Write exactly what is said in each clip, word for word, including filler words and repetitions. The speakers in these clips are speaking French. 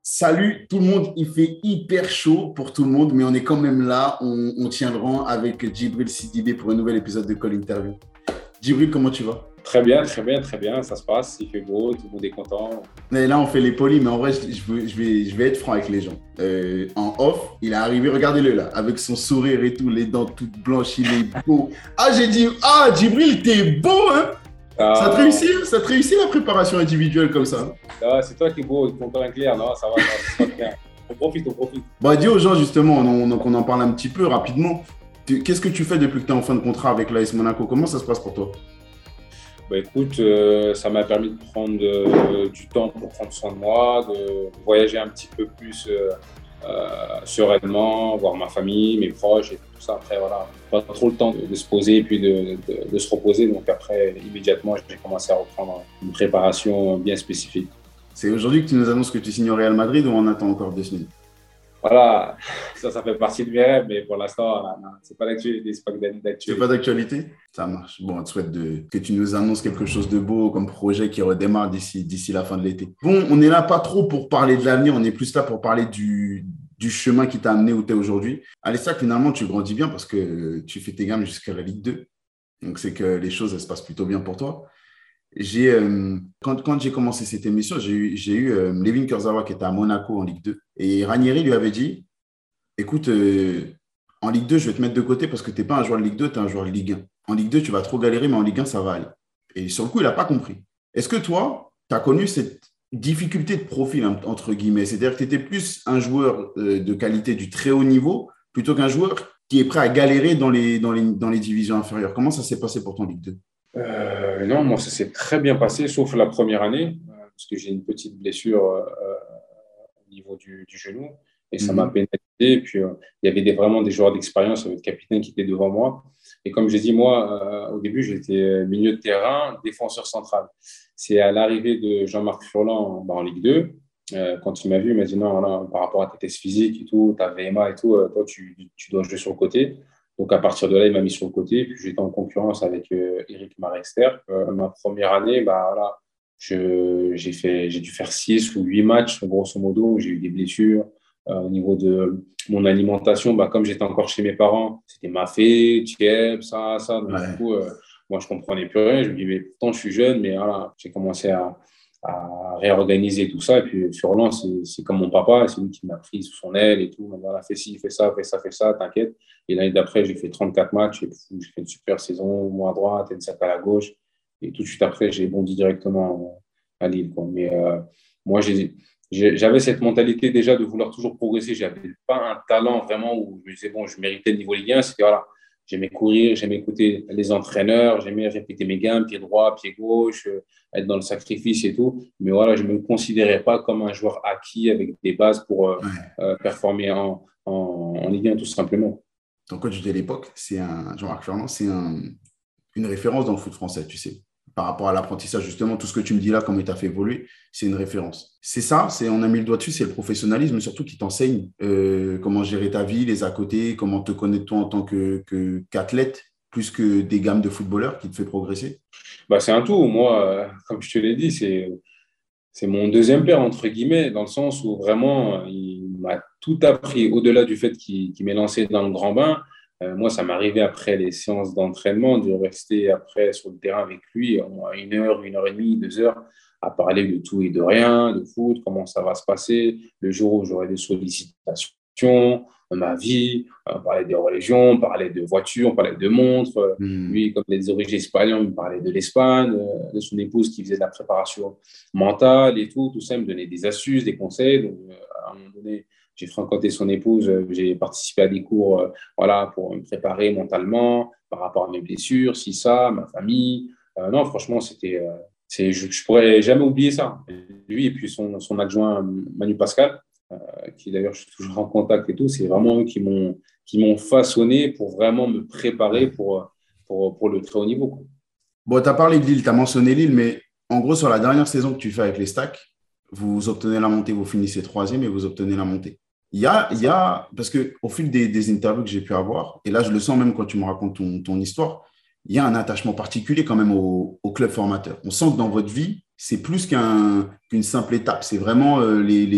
Salut tout le monde, il fait hyper chaud pour tout le monde, mais on est quand même là, on, on tient le rang avec Djibril Sidibé pour un nouvel épisode de Call Interview. Djibril, comment tu vas? Très bien, très bien, très bien, ça se passe, il fait beau, tout le monde est content. Et là, on fait les polis, mais en vrai, je, je, veux- je vais, je vais être franc avec les gens. Euh, en off, il est arrivé, regardez-le là, avec son sourire et tout, les dents toutes blanches, il est beau. Ah, j'ai dit, ah, Djibril, t'es beau, hein? Ça te Ah, réussit, hein? Ça te réussit la préparation individuelle comme ça? ah, c'est toi qui es beau, ton teint est clair, non, ça va, ça va, ça se passe bien. On profite, on profite. Bah, dis aux gens justement, on, en- donc on en parle un petit peu rapidement. Tu- Qu'est-ce que tu fais depuis que tu es en fin de contrat avec l'A S Monaco? Comment ça se passe pour toi? Bah, écoute, euh, ça m'a permis de prendre euh, du temps pour prendre soin de moi, de voyager un petit peu plus euh, euh, sereinement, voir ma famille, mes proches et tout ça. Après, voilà, pas trop le temps de, de se poser et puis de, de, de se reposer. Donc après, immédiatement, j'ai commencé à reprendre une préparation bien spécifique. C'est aujourd'hui que tu nous annonces que tu signes au Real Madrid ou on attend encore deux semaines? Voilà, ça, ça fait partie de mes rêves, mais pour l'instant, voilà, non, c'est pas d'actualité, c'est pas C'est pas d'actualité. d'actualité? Ça marche. Bon, on te souhaite de, que tu nous annonces quelque chose de beau comme projet qui redémarre d'ici, d'ici la fin de l'été. Bon, on n'est là pas trop pour parler de l'avenir, on est plus là pour parler du, du chemin qui t'a amené où tu es aujourd'hui. Allez, ça, finalement, tu grandis bien parce que tu fais tes gammes jusqu'à la Ligue deux. Donc, c'est que les choses, elles se passent plutôt bien pour toi. J'ai, euh, quand, quand j'ai commencé cette émission, j'ai eu, j'ai eu euh, Levin Kurzawa qui était à Monaco en Ligue deux. Et Ranieri lui avait dit, écoute, euh, en Ligue deux, je vais te mettre de côté parce que tu n'es pas un joueur de Ligue deux, tu es un joueur de Ligue un. En Ligue deux, tu vas trop galérer, mais en Ligue un, ça va aller. Et sur le coup, il n'a pas compris. Est-ce que toi, tu as connu cette difficulté de profil, hein, entre guillemets? C'est-à-dire que tu étais plus un joueur euh, de qualité du très haut niveau plutôt qu'un joueur qui est prêt à galérer dans les, dans les, dans les divisions inférieures. Comment ça s'est passé pour ton Ligue deux? Euh, non, moi, ça s'est très bien passé, sauf la première année, euh, parce que j'ai une petite blessure euh, euh, au niveau du, du genou, et ça m'a Mhm. pénalisé. Et puis, euh, il y avait des, vraiment des joueurs d'expérience, avec le capitaine qui était devant moi. Et comme j'ai dit, moi, euh, au début, j'étais milieu de terrain, défenseur central. C'est à l'arrivée de Jean-Marc Furlan bah, en Ligue deux, euh, quand il m'a vu, il m'a dit non, voilà, par rapport à tes tests physiques et tout, ta V M A et tout, euh, toi, tu, tu dois jouer sur le côté. Donc, à partir de là, il m'a mis sur le côté. Puis, j'étais en concurrence avec euh, Eric Marexter. Euh, ma première année, bah, voilà, je, j'ai fait, j'ai dû faire six ou huit matchs, grosso modo. J'ai eu des blessures. Euh, au niveau de mon alimentation, bah, comme j'étais encore chez mes parents, c'était mafé, tiep, ça, ça. Donc, du Ouais. coup, euh, moi, je ne comprenais plus rien. Je me disais, mais pourtant, je suis jeune, mais voilà, j'ai commencé à, à réorganiser tout ça. Et puis, Furlan, c'est, c'est comme mon papa, c'est lui qui m'a pris sous son aile et tout. Il m'a dit, voilà, fais ci, fais ça, fais ça, fais ça, t'inquiète. Et l'année d'après, j'ai fait trente-quatre matchs et j'ai fait une super saison, moi à droite, Ensaka à la gauche. Et tout de suite après, j'ai bondi directement à Lille, quoi. Mais euh, moi, j'ai, j'ai- j'avais cette mentalité déjà de vouloir toujours progresser. Je n'avais pas un talent vraiment où je me disais, bon, je méritais le niveau Ligue un. C'était voilà, j'aimais courir, j'aimais écouter les entraîneurs, j'aimais répéter mes gammes, pied droit, pied gauche, euh, être dans le sacrifice et tout. Mais voilà, je ne me considérais pas comme un joueur acquis avec des bases pour euh, Ouais. euh, performer en, en, en Ligue un, tout simplement. Ton coach de l'époque, c'est un, Jean-Marc Fernand, c'est un, une référence dans le foot français, tu sais. Par rapport à l'apprentissage, justement, tout ce que tu me dis là, comment il t'a fait évoluer, c'est une référence. C'est ça, c'est, on a mis le doigt dessus, c'est le professionnalisme, surtout qui t'enseigne euh, comment gérer ta vie, les à côté, comment te connaître toi en tant que, que, qu'athlète, plus que des gammes de footballeurs qui te fait progresser. Bah, c'est un tout. Moi, euh, comme je te l'ai dit, c'est, c'est mon deuxième père, entre guillemets, dans le sens où vraiment, euh, il m'a tout appris. Au-delà du fait qu'il, qu'il m'ait lancé dans le grand bain, euh, moi, ça m'arrivait après les séances d'entraînement de rester après sur le terrain avec lui, au moins une heure, une heure et demie, deux heures, à parler de tout et de rien, de foot, comment ça va se passer, le jour où j'aurai des sollicitations, ma vie, on parlait des religions, on parlait de voitures, on parlait de montres. Hmm. Lui, comme il a des origines espagnoles, il me parlait de l'Espagne, euh, de son épouse qui faisait de la préparation mentale et tout. Tout ça, il me donnait des astuces, des conseils. Donc, euh, à un moment donné, j'ai fréquenté son épouse, euh, j'ai participé à des cours euh, voilà, pour me préparer mentalement par rapport à mes blessures, si ça, ma famille. Euh, non, franchement, c'était, euh, c'est, je ne pourrais jamais oublier ça. Lui et puis son, son adjoint Manu Pascal, euh, qui d'ailleurs je suis toujours en contact et tout, c'est vraiment eux qui m'ont, qui m'ont façonné pour vraiment me préparer Ouais. pour, pour, pour le très haut niveau, quoi. Bon, tu as parlé de Lille, tu as mentionné Lille, mais en gros, sur la dernière saison que tu fais avec les Stacks, vous obtenez la montée, vous finissez troisième et vous obtenez la montée. Il y a, C'est il y ça. a parce qu'au fil des, des interviews que j'ai pu avoir, et là, je le sens même quand tu me racontes ton, ton histoire, il y a un attachement particulier quand même au, au club formateur. On sent que dans votre vie, c'est plus qu'un, qu'une simple étape. C'est vraiment euh, les, les,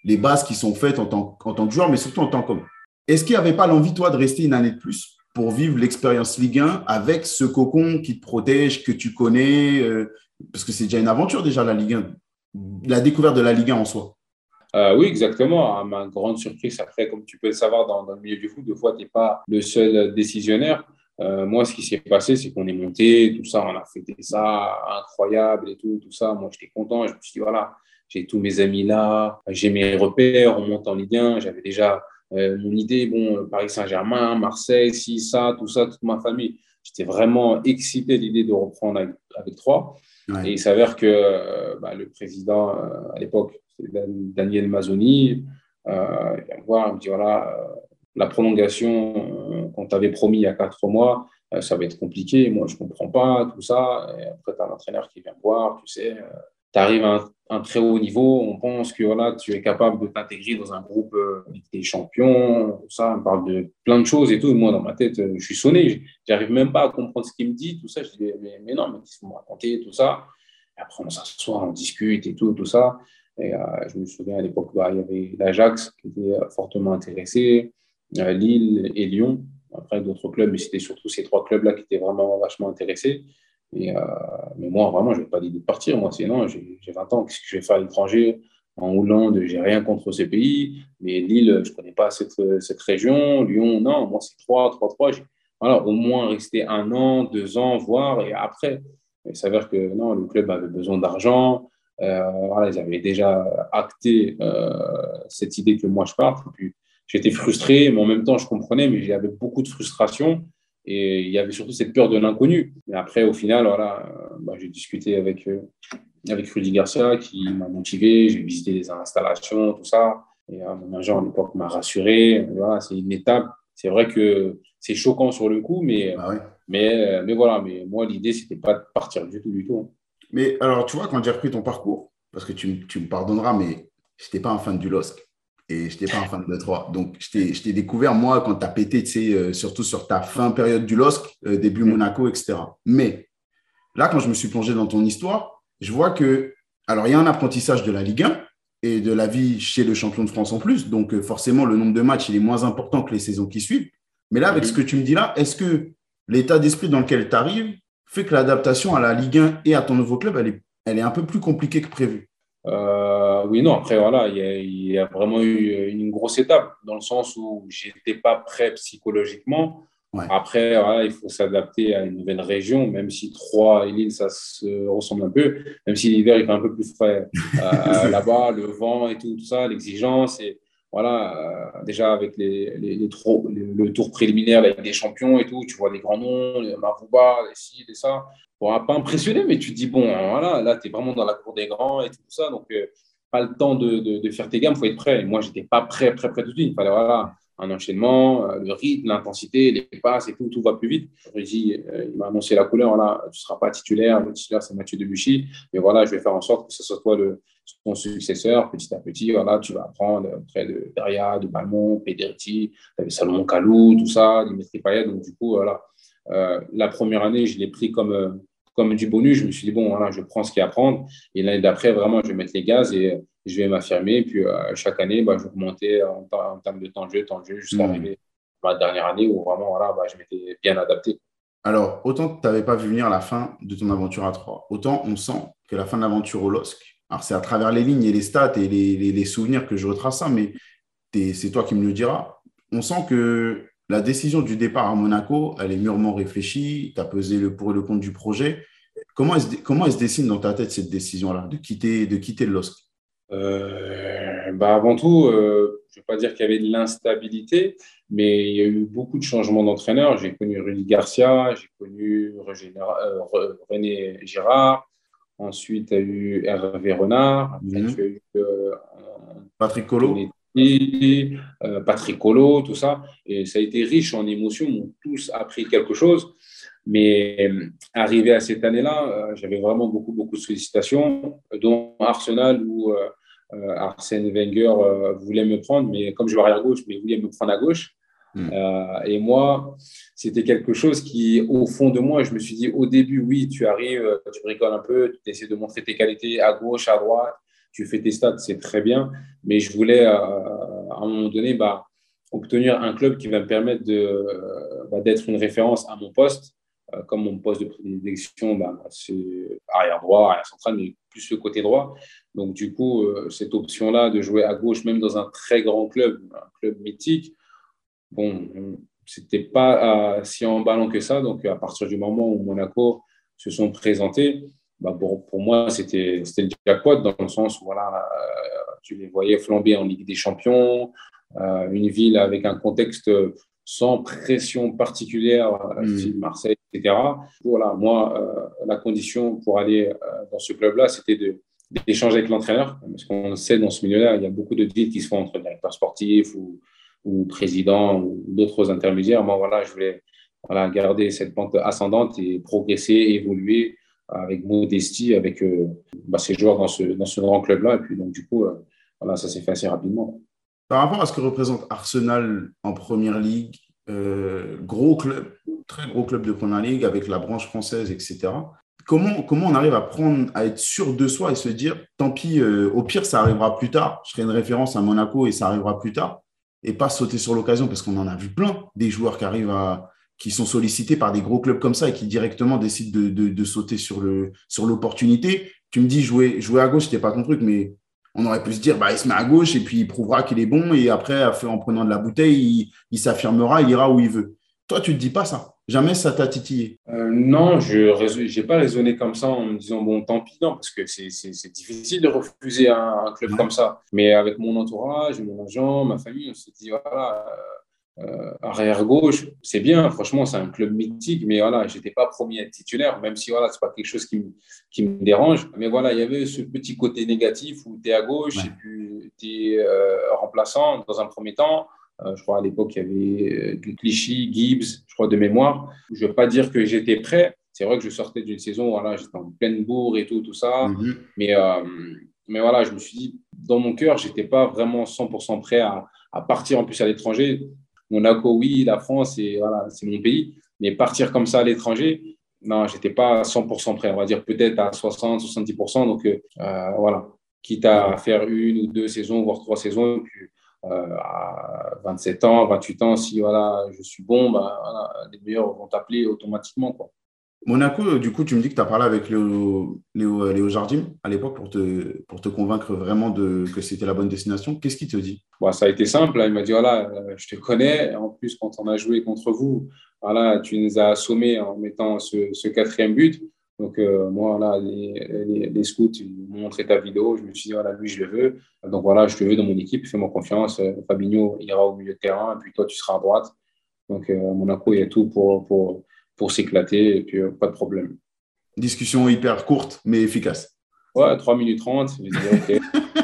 les bases qui sont faites en tant, en tant que joueur, mais surtout en tant qu'homme. Est-ce qu'il n'y avait pas l'envie, toi, de rester une année de plus pour vivre l'expérience Ligue un avec ce cocon qui te protège, que tu connais euh, parce que c'est déjà une aventure, déjà, la Ligue un, la découverte de la Ligue un en soi. Euh, oui, exactement. À ma grande surprise, après, comme tu peux le savoir dans, dans le milieu du foot, des fois, tu n'es pas le seul décisionnaire. Euh, moi, ce qui s'est passé, c'est qu'on est monté, tout ça, on a fêté ça, incroyable et tout, tout ça. Moi, j'étais content. Je me suis dit, voilà, j'ai tous mes amis là, j'ai mes repères, on monte en Ligue un. J'avais déjà euh, mon idée, bon, Paris Saint-Germain, Marseille, ci, ça, tout ça, toute ma famille. J'étais vraiment excité de l'idée de reprendre avec, avec trois. Ouais. Et il s'avère que euh, bah, le président, euh, à l'époque, c'est Daniel Mazzoni, euh, il vient me voir, il me dit, voilà, euh, la prolongation euh, qu'on t'avait promis il y a quatre mois, euh, ça va être compliqué, moi je ne comprends pas, tout ça. Et après, tu as l'entraîneur qui vient me voir, tu sais, euh, tu arrives à un, un très haut niveau, on pense que voilà, tu es capable de t'intégrer dans un groupe euh, des champions, tout ça, on parle de plein de choses et tout. Et moi, dans ma tête, euh, je suis sonné, j'arrive même pas à comprendre ce qu'il me dit, tout ça. Je dis, mais, mais non, mais qu'est-ce que vous me racontez, tout ça. Et après, on s'assoit, on discute et tout, tout ça. Et euh, je me souviens à l'époque, bah, il y avait l'Ajax qui était euh, fortement intéressé, euh, Lille et Lyon. Après, d'autres clubs, mais c'était surtout ces trois clubs-là qui étaient vraiment vachement intéressés. Et, euh, mais moi, vraiment, je n'ai pas d'idée de partir. Moi, sinon, j'ai, j'ai vingt ans. Qu'est-ce que je vais faire à l'étranger? En Hollande, je n'ai rien contre ces pays. Mais Lille, je ne connais pas cette, cette région. Lyon, non. Moi, c'est trois, trois, trois. Voilà, au moins rester un an, deux ans, voir. Et après, il s'avère que non, le club avait besoin d'argent. Euh, voilà, ils avaient déjà acté euh, cette idée que moi, je parte. Et puis, j'étais frustré, mais en même temps, je comprenais, mais j'avais beaucoup de frustration. Et il y avait surtout cette peur de l'inconnu. Mais après, au final, voilà, euh, bah, j'ai discuté avec, euh, avec Rudy Garcia qui m'a motivé. J'ai visité les installations, tout ça. Et euh, mon agent à l'époque m'a rassuré. Voilà, c'est une étape. C'est vrai que c'est choquant sur le coup, mais, Bah ouais. mais, mais voilà. Mais moi, l'idée, c'était pas de partir du tout, du tout. Mais alors, tu vois, quand j'ai repris ton parcours, parce que tu, tu me pardonneras, mais je n'étais pas un fan du L O S C et je n'étais pas un fan de trois. Donc, je t'ai, je t'ai découvert, moi, quand tu as pété, tu sais, euh, surtout sur ta fin période du L O S C, euh, début Monaco, et cetera. Mais là, quand je me suis plongé dans ton histoire, je vois que, alors, il y a un apprentissage de la Ligue un et de la vie chez le champion de France en plus. Donc, euh, forcément, le nombre de matchs, il est moins important que les saisons qui suivent. Mais là, avec ce que tu me dis là, est-ce que l'état d'esprit dans lequel tu arrives fait que l'adaptation à la Ligue un et à ton nouveau club, elle est, elle est un peu plus compliquée que prévu? Euh, oui, non, après, voilà, il y, a, il y a vraiment eu une grosse étape dans le sens où je n'étais pas prêt psychologiquement. Ouais. Après, voilà, il faut s'adapter à une nouvelle région, même si Troyes et Lille, ça se ressemble un peu, même si l'hiver, il fait un peu plus frais euh, là-bas, le vent et tout, tout ça, l'exigence. Et voilà, euh, déjà avec les, les, les trop, les, le tour préliminaire avec des champions et tout, tu vois les grands noms, les Marouba, les ci, les ça. Bon, pas impressionné, mais tu te dis, bon, voilà, là, tu es vraiment dans la cour des grands et tout ça. Donc, euh, pas le temps de, de, de faire tes gammes, il faut être prêt. Et moi, je n'étais pas prêt, prêt, prêt tout de suite. Il fallait, voilà, un enchaînement, euh, le rythme, l'intensité, les passes et tout, tout va plus vite. Rudy, euh, il m'a annoncé la couleur, voilà, tu ne seras pas titulaire. Le titulaire, c'est Mathieu Debuchy. Mais voilà, je vais faire en sorte que ce soit toi le, ton successeur. Petit à petit, voilà, tu vas apprendre près de Daria, de Balmont, Pederiti, tu avais Salomon Kalou, tout ça, Dimitri Payet. Donc, du coup, voilà. Euh, la première année, je l'ai pris comme. Euh, comme du bonus, je me suis dit, bon, voilà, je prends ce qu'il y a à prendre. Et l'année d'après, vraiment, je vais mettre les gaz et je vais m'affirmer. Et puis, euh, chaque année, bah, je vais monter en, en termes de temps de jeu, temps de jeu, jusqu'à Mmh. arriver à ma dernière année où vraiment, voilà, bah, je m'étais bien adapté. Alors, autant tu n'avais pas vu venir la fin de ton aventure à trois, autant on sent que la fin de l'aventure au L O S C, alors c'est à travers les lignes et les stats et les, les, les souvenirs que je retrace ça, mais c'est toi qui me le diras. On sent que la décision du départ à Monaco, elle est mûrement réfléchie, tu as pesé le pour et le contre du projet. Comment elle, se, comment elle se dessine dans ta tête cette décision-là, de quitter, de quitter le L O S C? Euh, bah avant tout, euh, je ne vais pas dire qu'il y avait de l'instabilité, mais il y a eu beaucoup de changements d'entraîneur. J'ai connu Rudy Garcia, j'ai connu euh, René Girard, ensuite il y a eu Hervé Renard, après Mmh. tu as eu euh, Patrick Colo? Tonetti, euh, Patrick Colo, tout ça. Et ça a été riche en émotions, ils ont tous appris quelque chose. Mais euh, arrivé à cette année-là, euh, j'avais vraiment beaucoup, beaucoup de sollicitations, dont Arsenal où euh, euh, Arsène Wenger euh, voulait me prendre, mais comme je vais arrière gauche, mais il voulait me prendre à gauche. Mmh. Euh, et moi, c'était quelque chose qui, au fond de moi, je me suis dit au début, oui, tu arrives, tu bricoles un peu, tu essaies de montrer tes qualités à gauche, à droite, tu fais tes stats, c'est très bien. Mais je voulais, euh, à un moment donné, bah, obtenir un club qui va me permettre de, euh, bah, d'être une référence à mon poste. Euh, comme mon poste de prédilection, bah, c'est arrière droit, arrière central, mais plus le côté droit. Donc, du coup, euh, cette option-là de jouer à gauche, même dans un très grand club, un club mythique, bon, c'était pas euh, si emballant que ça. Donc, à partir du moment où Monaco se sont présentés, bah, pour, pour moi, c'était, c'était le jackpot dans le sens où voilà, euh, tu les voyais flamber en Ligue des Champions, euh, une ville avec un contexte sans pression particulière, euh, Mm. style Marseille, et cetera. Voilà, moi, euh, la condition pour aller euh, dans ce club-là, c'était de, d'échanger avec l'entraîneur, parce qu'on sait dans ce milieu-là, il y a beaucoup de deals qui se font entre directeurs sportifs ou, ou présidents ou d'autres intermédiaires. Moi, voilà, je voulais voilà, garder cette pente ascendante et progresser, évoluer avec modestie avec euh, bah, ces joueurs dans ce, dans ce grand club-là. Et puis, donc, du coup, euh, voilà, ça s'est fait assez rapidement. Par rapport à ce que représente Arsenal en Première Ligue, euh, gros club, très gros club de Première Ligue avec la branche française, et cetera. Comment, comment on arrive à prendre, à être sûr de soi et se dire, tant pis, euh, au pire, ça arrivera plus tard. Je serai une référence à Monaco et ça arrivera plus tard. Et pas sauter sur l'occasion parce qu'on en a vu plein des joueurs qui arrivent à, qui sont sollicités par des gros clubs comme ça et qui directement décident de, de, de sauter sur le, sur l'opportunité. Tu me dis, jouer, jouer à gauche, c'était pas ton truc, mais on aurait pu se dire, bah, il se met à gauche et puis il prouvera qu'il est bon. Et après, en prenant de la bouteille, il, il s'affirmera, il ira où il veut. Toi, tu ne te dis pas ça. Jamais ça t'a titillé. Euh, non, je n'ai pas raisonné comme ça en me disant, bon, tant pis, non, parce que c'est c'est- c'est difficile de refuser un, un club Ouais. comme ça. Mais avec mon entourage, mon agent, ma famille, on s'est dit, voilà, euh, arrière gauche, c'est bien, franchement, c'est un club mythique, mais voilà, je n'étais pas promis à être titulaire, même si voilà, ce n'est pas quelque chose qui me, qui me dérange. Mais voilà, il y avait ce petit côté négatif où tu es à gauche et Ouais. puis tu es euh, remplaçant dans un premier temps. Euh, je crois à l'époque, il y avait euh, Clichy, Gibbs, je crois de mémoire. Je ne veux pas dire que j'étais prêt. C'est vrai que je sortais d'une saison, voilà, j'étais en pleine bourre et tout, tout ça. Mhm. Mais, euh, mais voilà, je me suis dit, dans mon cœur, je n'étais pas vraiment cent pour cent prêt à, à partir en plus à l'étranger. Monaco, oui, la France, et, voilà, c'est mon pays. Mais partir comme ça à l'étranger, non, je n'étais pas à cent pour cent prêt. On va dire peut-être à soixante, soixante-dix pour cent. Donc, euh, voilà, quitte à faire une ou deux saisons, voire trois saisons, puis euh, à vingt-sept ans, vingt-huit ans, si voilà, je suis bon, bah, voilà, les meilleurs vont t'appeler automatiquement, quoi. Monaco, du coup, tu me dis que tu as parlé avec Léo, Léo, Léo Jardim à l'époque pour te, pour te convaincre vraiment de, que c'était la bonne destination. Qu'est-ce qu'il te dit? Bon, ça a été simple, hein. Il m'a dit, voilà, euh, je te connais. En plus, quand on a joué contre vous, voilà, tu nous as assommés en mettant ce, ce quatrième but. Donc, euh, moi, voilà, les, les, les scouts ils m'ont montré ta vidéo. Je me suis dit, voilà, lui, je le veux. Donc, voilà, je te veux dans mon équipe. Fais-moi confiance. Euh, Fabinho ira au milieu de terrain. Et puis, toi, tu seras à droite. Donc, euh, à Monaco, il y a tout pour, pour, pour s'éclater. Et puis, euh, pas de problème. Discussion hyper courte, mais efficace. Ouais, trois minutes trente. Je me dis, OK,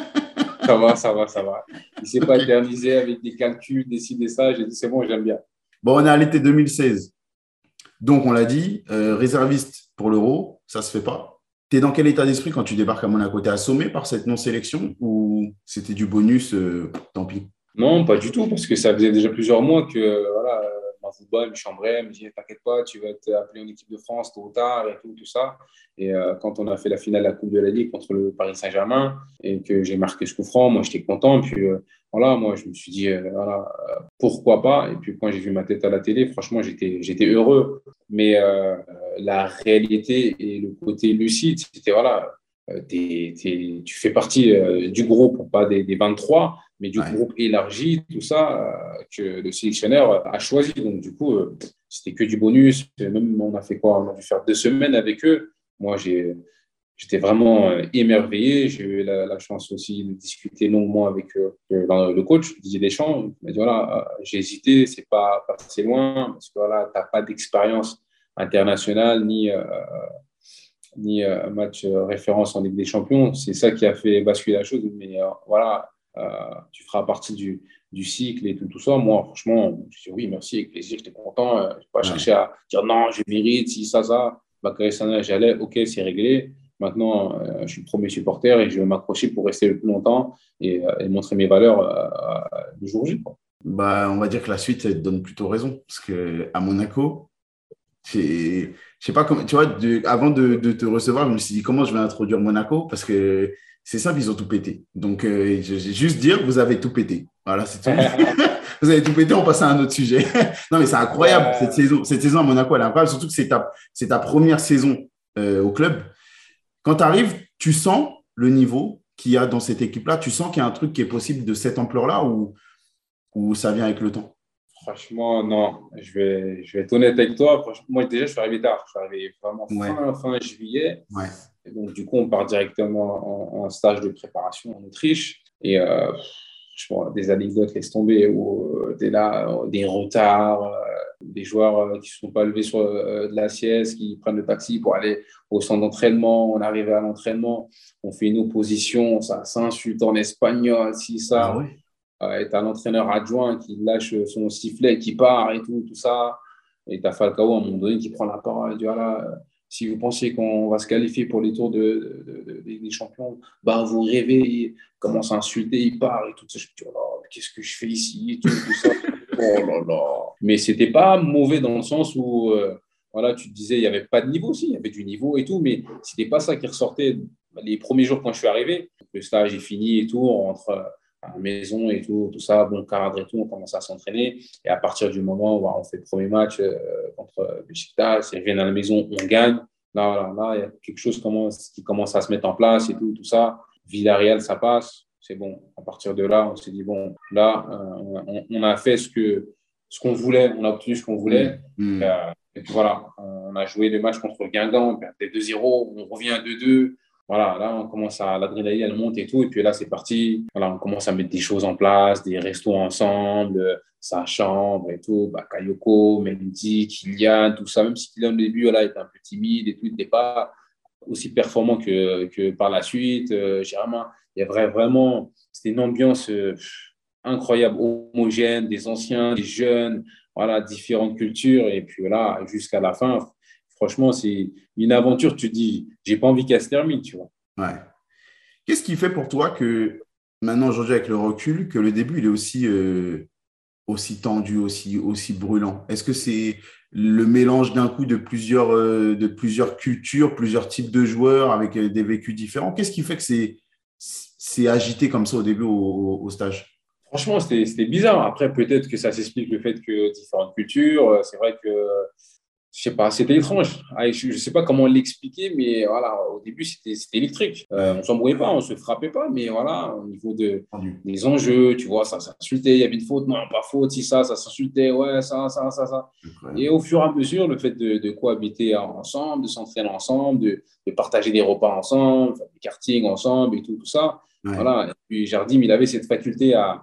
ça va, ça va, ça va. Il ne s'est pas Ok. éternisé avec des calculs, des ci, des ça. J'ai dit, c'est bon, j'aime bien. Bon, on est à l'été deux mille seize. Donc, on l'a dit, euh, réserviste pour l'Euro, ça ne se fait pas. Tu es dans quel état d'esprit quand tu débarques à Monaco? Tu es assommé par cette non-sélection ou c'était du bonus, euh, tant pis? Non, pas du tout, parce que ça faisait déjà plusieurs mois que voilà, euh, ma football me chambrait, me disait t'inquiète pas, tu vas être appelé en équipe de France tôt ou tard et tout, tout ça. Et euh, quand on a fait la finale de la Coupe de la Ligue contre le Paris Saint-Germain et que j'ai marqué ce coup franc, moi j'étais content. Puis euh, voilà, moi je me suis dit euh, voilà, euh, pourquoi pas. Et puis quand j'ai vu ma tête à la télé, franchement j'étais j'étais heureux. Mais euh, la réalité et le côté lucide, c'était voilà, euh, t'es- t'es- tu fais partie euh, du groupe, pas des, des vingt-trois mais du Ouais. groupe élargi, tout ça, euh, que le sélectionneur a choisi. Donc, du coup, euh, c'était que du bonus. Même, on a fait quoi? On a dû faire deux semaines avec eux. Moi, j'ai, j'étais vraiment euh, émerveillé. J'ai eu la, la chance aussi de discuter longuement avec euh, le, le coach, Didier Deschamps. Il m'a dit, voilà, euh, j'ai hésité, c'est pas passé loin, parce que voilà, tu n'as pas d'expérience internationale, ni, euh, ni euh, match euh, référence en Ligue des Champions. C'est ça qui a fait basculer la chose. Mais euh, voilà, euh, tu feras partie du, du cycle et tout, tout ça. Moi, franchement, je dis oui, merci, avec plaisir, j'étais content. Euh, je n'ai pas Ouais. cherché à dire non, je mérite, si, ça, ça. Bakary Sana, j'allais, ok, c'est réglé. Maintenant, euh, je suis le premier supporter et je vais m'accrocher pour rester le plus longtemps et, euh, et montrer mes valeurs euh, euh, le jour J, quoi. Bah, on va dire que la suite, elle te donne plutôt raison. Parce qu'à Monaco, c'est- je sais pas comment, tu vois, de- avant de, de te recevoir, je me suis dit comment je vais introduire Monaco parce que C'est simple, ils ont tout pété. Donc, euh, je vais juste dire, vous avez tout pété. Voilà, c'est tout. Vous avez tout pété, on passe à un autre sujet. Non, mais c'est incroyable, cette Ouais. saison. Cette saison à Monaco, elle est incroyable, surtout que c'est ta, c'est ta première saison euh, au club. Quand tu arrives, tu sens le niveau qu'il y a dans cette équipe-là. Tu sens qu'il y a un truc qui est possible de cette ampleur-là ou, ou ça vient avec le temps? Franchement, non. Je vais, je vais être honnête avec toi. Franchement, moi, déjà, je suis arrivé tard. Je suis arrivé vraiment Ouais, fin, fin juillet. ouais. Et donc, du coup, on part directement en, en stage de préparation en Autriche. Et euh, franchement, des anecdotes, laisse tomber, où euh, t'es là, euh, des retards, euh, des joueurs euh, qui ne sont pas levés sur euh, de la sieste, qui prennent le taxi pour aller au centre d'entraînement. On arrive à l'entraînement, on fait une opposition, ça s'insulte en espagnol, si Ah ça. ouais? Euh, et t'as l'entraîneur adjoint qui lâche son sifflet, qui part et tout, tout ça. Et t'as Falcao à un moment donné qui prend la parole, il dit voilà, euh, si vous pensez qu'on va se qualifier pour les tours de, de, de, de- des champions, bah vous rêvez, il commence à insulter, il part et tout ça. Je me dis oh là, qu'est-ce que je fais ici et tout, tout ça. Oh là là. Mais c'était pas mauvais dans le sens où euh, voilà, tu te disais il n'y avait pas de niveau, si, il y avait du niveau et tout, mais c'était pas ça qui ressortait les premiers jours quand je suis arrivé. Le stage est fini et tout, on rentre à la maison et tout, tout ça, bon cadre et tout, on commence à s'entraîner. Et à partir du moment où on fait le premier match euh, contre Beşiktaş, ils reviennent à la maison, on gagne. Là, là, là, il y a quelque chose commence, qui commence à se mettre en place et tout, tout ça. Villarreal, ça passe. C'est bon. À partir de là, on s'est dit, bon, là, euh, on, on, a fait ce que ce qu'on voulait, on a obtenu ce qu'on voulait. Mmh, mmh. Euh, et puis voilà, on a joué le match contre Guingamp, on perdait deux zéro, on revient à deux deux. Voilà, là, on commence à, l'adrénaline, elle monte et tout. Et puis là, c'est parti. Voilà, on commence à mettre des choses en place, des restos ensemble, sa chambre et tout. Bakayoko, Mendy, Kylian, tout ça. Même si Kylian, au début, voilà, était un peu timide et tout, il n'était pas aussi performant que, que par la suite. Euh, vraiment, il y a vraiment, c'était une ambiance euh, incroyable, homogène, des anciens, des jeunes, voilà, différentes cultures. Et puis là, jusqu'à la fin, franchement, c'est une aventure. Tu te dis, j'ai pas envie qu'elle se termine, tu vois. Ouais. Qu'est-ce qui fait pour toi que maintenant, aujourd'hui, avec le recul, que le début, il est aussi, euh, aussi tendu, aussi, aussi brûlant? Est-ce que c'est le mélange d'un coup de plusieurs, euh, de plusieurs cultures, plusieurs types de joueurs avec euh, des vécus différents? Qu'est-ce qui fait que c'est, c'est agité comme ça au début au, au stage? Franchement, c'était c'était bizarre. Après, peut-être que ça s'explique le fait que différentes cultures. euh, C'est vrai que je sais pas, c'était étrange. Ah, je ne sais pas comment l'expliquer, mais voilà, au début, c'était c'était électrique. Euh, on Ouais, ne s'embrouillait pas, on ne se frappait pas, mais voilà, au niveau de, tendu. des enjeux, tu vois, ça s'insultait, il y avait une faute, non, pas faute, si ça, ça s'insultait, ouais, ça, ça, ça, ça. Et Incroyable. au fur et à mesure, le fait de, de cohabiter ensemble, de s'entraîner ensemble, de, de partager des repas ensemble, faire du karting ensemble et tout, tout ça, Ouais. voilà. Et puis Jardim, il avait cette faculté à,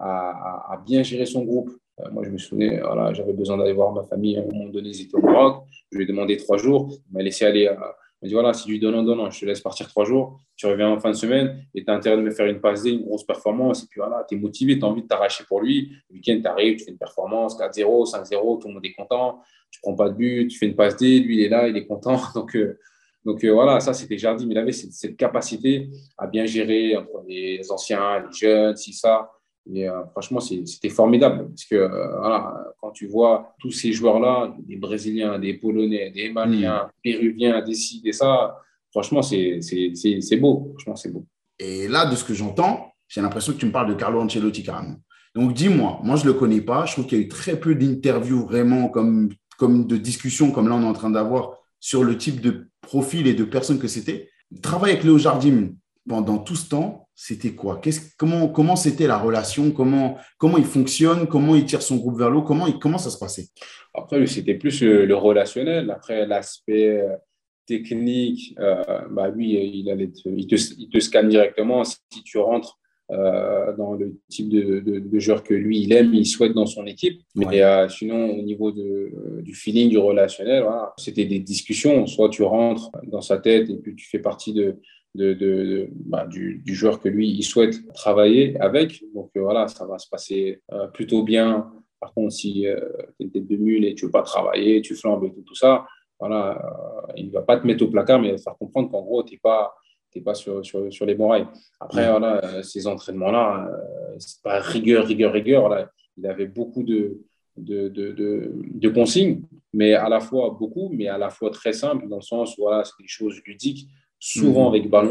à, à bien gérer son groupe. Euh, moi, je me souvenais, voilà, j'avais besoin d'aller voir ma famille à un moment donné, ils étaient au Maroc. Je lui ai demandé trois jours. Il m'a laissé aller. À... Il m'a dit voilà, si tu donnes, donne, je te laisse partir trois jours. Tu reviens en fin de semaine et tu as intérêt de me faire une passe D, une grosse performance. Et puis voilà, tu es motivé, tu as envie de t'arracher pour lui. Le week-end, tu arrives, tu fais une performance, quatre zéro, cinq zéro, tout le monde est content. Tu prends pas de but, tu fais une passe D, lui, il est là, il est content. Donc, euh, donc euh, voilà, ça, c'était Jardim. Il avait cette, cette capacité à bien gérer entre les anciens, les jeunes, si ça. Et euh, franchement, c'était formidable parce que euh, voilà, quand tu vois tous ces joueurs-là, des Brésiliens, des Polonais, des Hmm. Maliens, Péruviens, des ci, des ça, franchement, c'est beau. Franchement, c'est beau. Et là, de ce que j'entends, j'ai l'impression que tu me parles de Carlo Ancelotti carrément. Donc, dis-moi, moi, je ne le connais pas. Je trouve qu'il y a eu très peu d'interviews vraiment comme, comme de discussions comme là, on est en train d'avoir sur le type de profil et de personnes que c'était. Travailler avec Léo Jardim pendant tout ce temps, c'était quoi? Qu'est-ce, comment, comment c'était la relation? Comment, comment il fonctionne? Comment il tire son groupe vers l'eau? Comment, il, comment ça se passait? Après, c'était plus le, le relationnel. Après, l'aspect euh, technique, euh, bah, lui, il, allait te, il, te, il te scanne directement. Si, si tu rentres euh, dans le type de, de, de joueur que lui, il aime, il souhaite dans son équipe. Mais Ouais. euh, sinon, au niveau de, euh, du feeling, du relationnel, voilà, c'était des discussions. Soit tu rentres dans sa tête et puis tu fais partie de, de, de, de bah, du, du joueur que lui, il souhaite travailler avec. Donc euh, voilà, ça va se passer euh, plutôt bien. Par contre, si euh, tu es tête de mule et tu ne veux pas travailler, tu flambes et tout, tout ça, voilà, euh, il ne va pas te mettre au placard, mais il va te faire comprendre qu'en gros, tu n'es pas, t'es pas sur, sur, sur les bons rails. Après, Ouais. voilà, euh, ces entraînements-là, euh, c'est pas rigueur, rigueur, rigueur. Voilà. Il avait beaucoup de, de, de, de, de consignes, mais à la fois beaucoup, mais à la fois très simples, dans le sens où voilà, c'est des choses ludiques, souvent Mhm. avec ballon.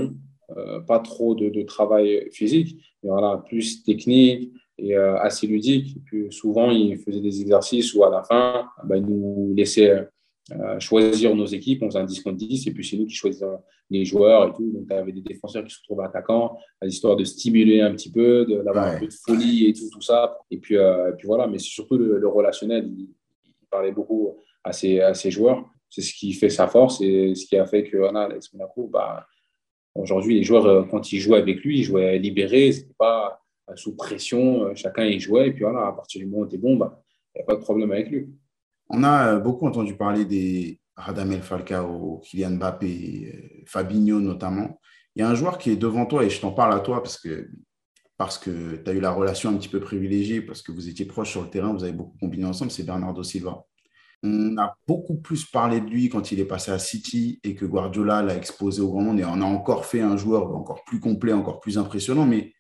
euh, pas trop de, de travail physique, mais voilà, plus technique et euh, assez ludique. Et puis souvent, il faisait des exercices où à la fin, bah, il nous laissait euh, choisir nos équipes, on faisait un dix contre dix, et puis c'est nous qui choisissions les joueurs et tout. Donc, tu avais des défenseurs qui se retrouvaient attaquants, à l'histoire de stimuler un petit peu, de- d'avoir un peu Ouais. de folie et tout, tout ça. Et puis, euh, et puis voilà, mais c'est surtout le, le relationnel. Il, il parlait beaucoup à ses, à ses joueurs. C'est ce qui fait sa force et ce qui a fait que voilà, Alex Monaco, bah, aujourd'hui, les joueurs, euh, quand ils jouaient avec lui, ils jouaient libérés, c'était pas euh, sous pression, euh, chacun y jouait. Et puis voilà, à partir du moment où tu es bon, bah, il n'y a pas de problème avec lui. On a euh, beaucoup entendu parler des Radamel Falcao, Kylian Mbappé, euh, Fabinho notamment. Il y a un joueur qui est devant toi et je t'en parle à toi parce que, parce que tu as eu la relation un petit peu privilégiée, parce que vous étiez proches sur le terrain, vous avez beaucoup combiné ensemble, c'est Bernardo Silva. On a beaucoup plus parlé de lui quand il est passé à City et que Guardiola l'a exposé au grand monde et on a encore fait un joueur encore plus complet, encore plus impressionnant, mais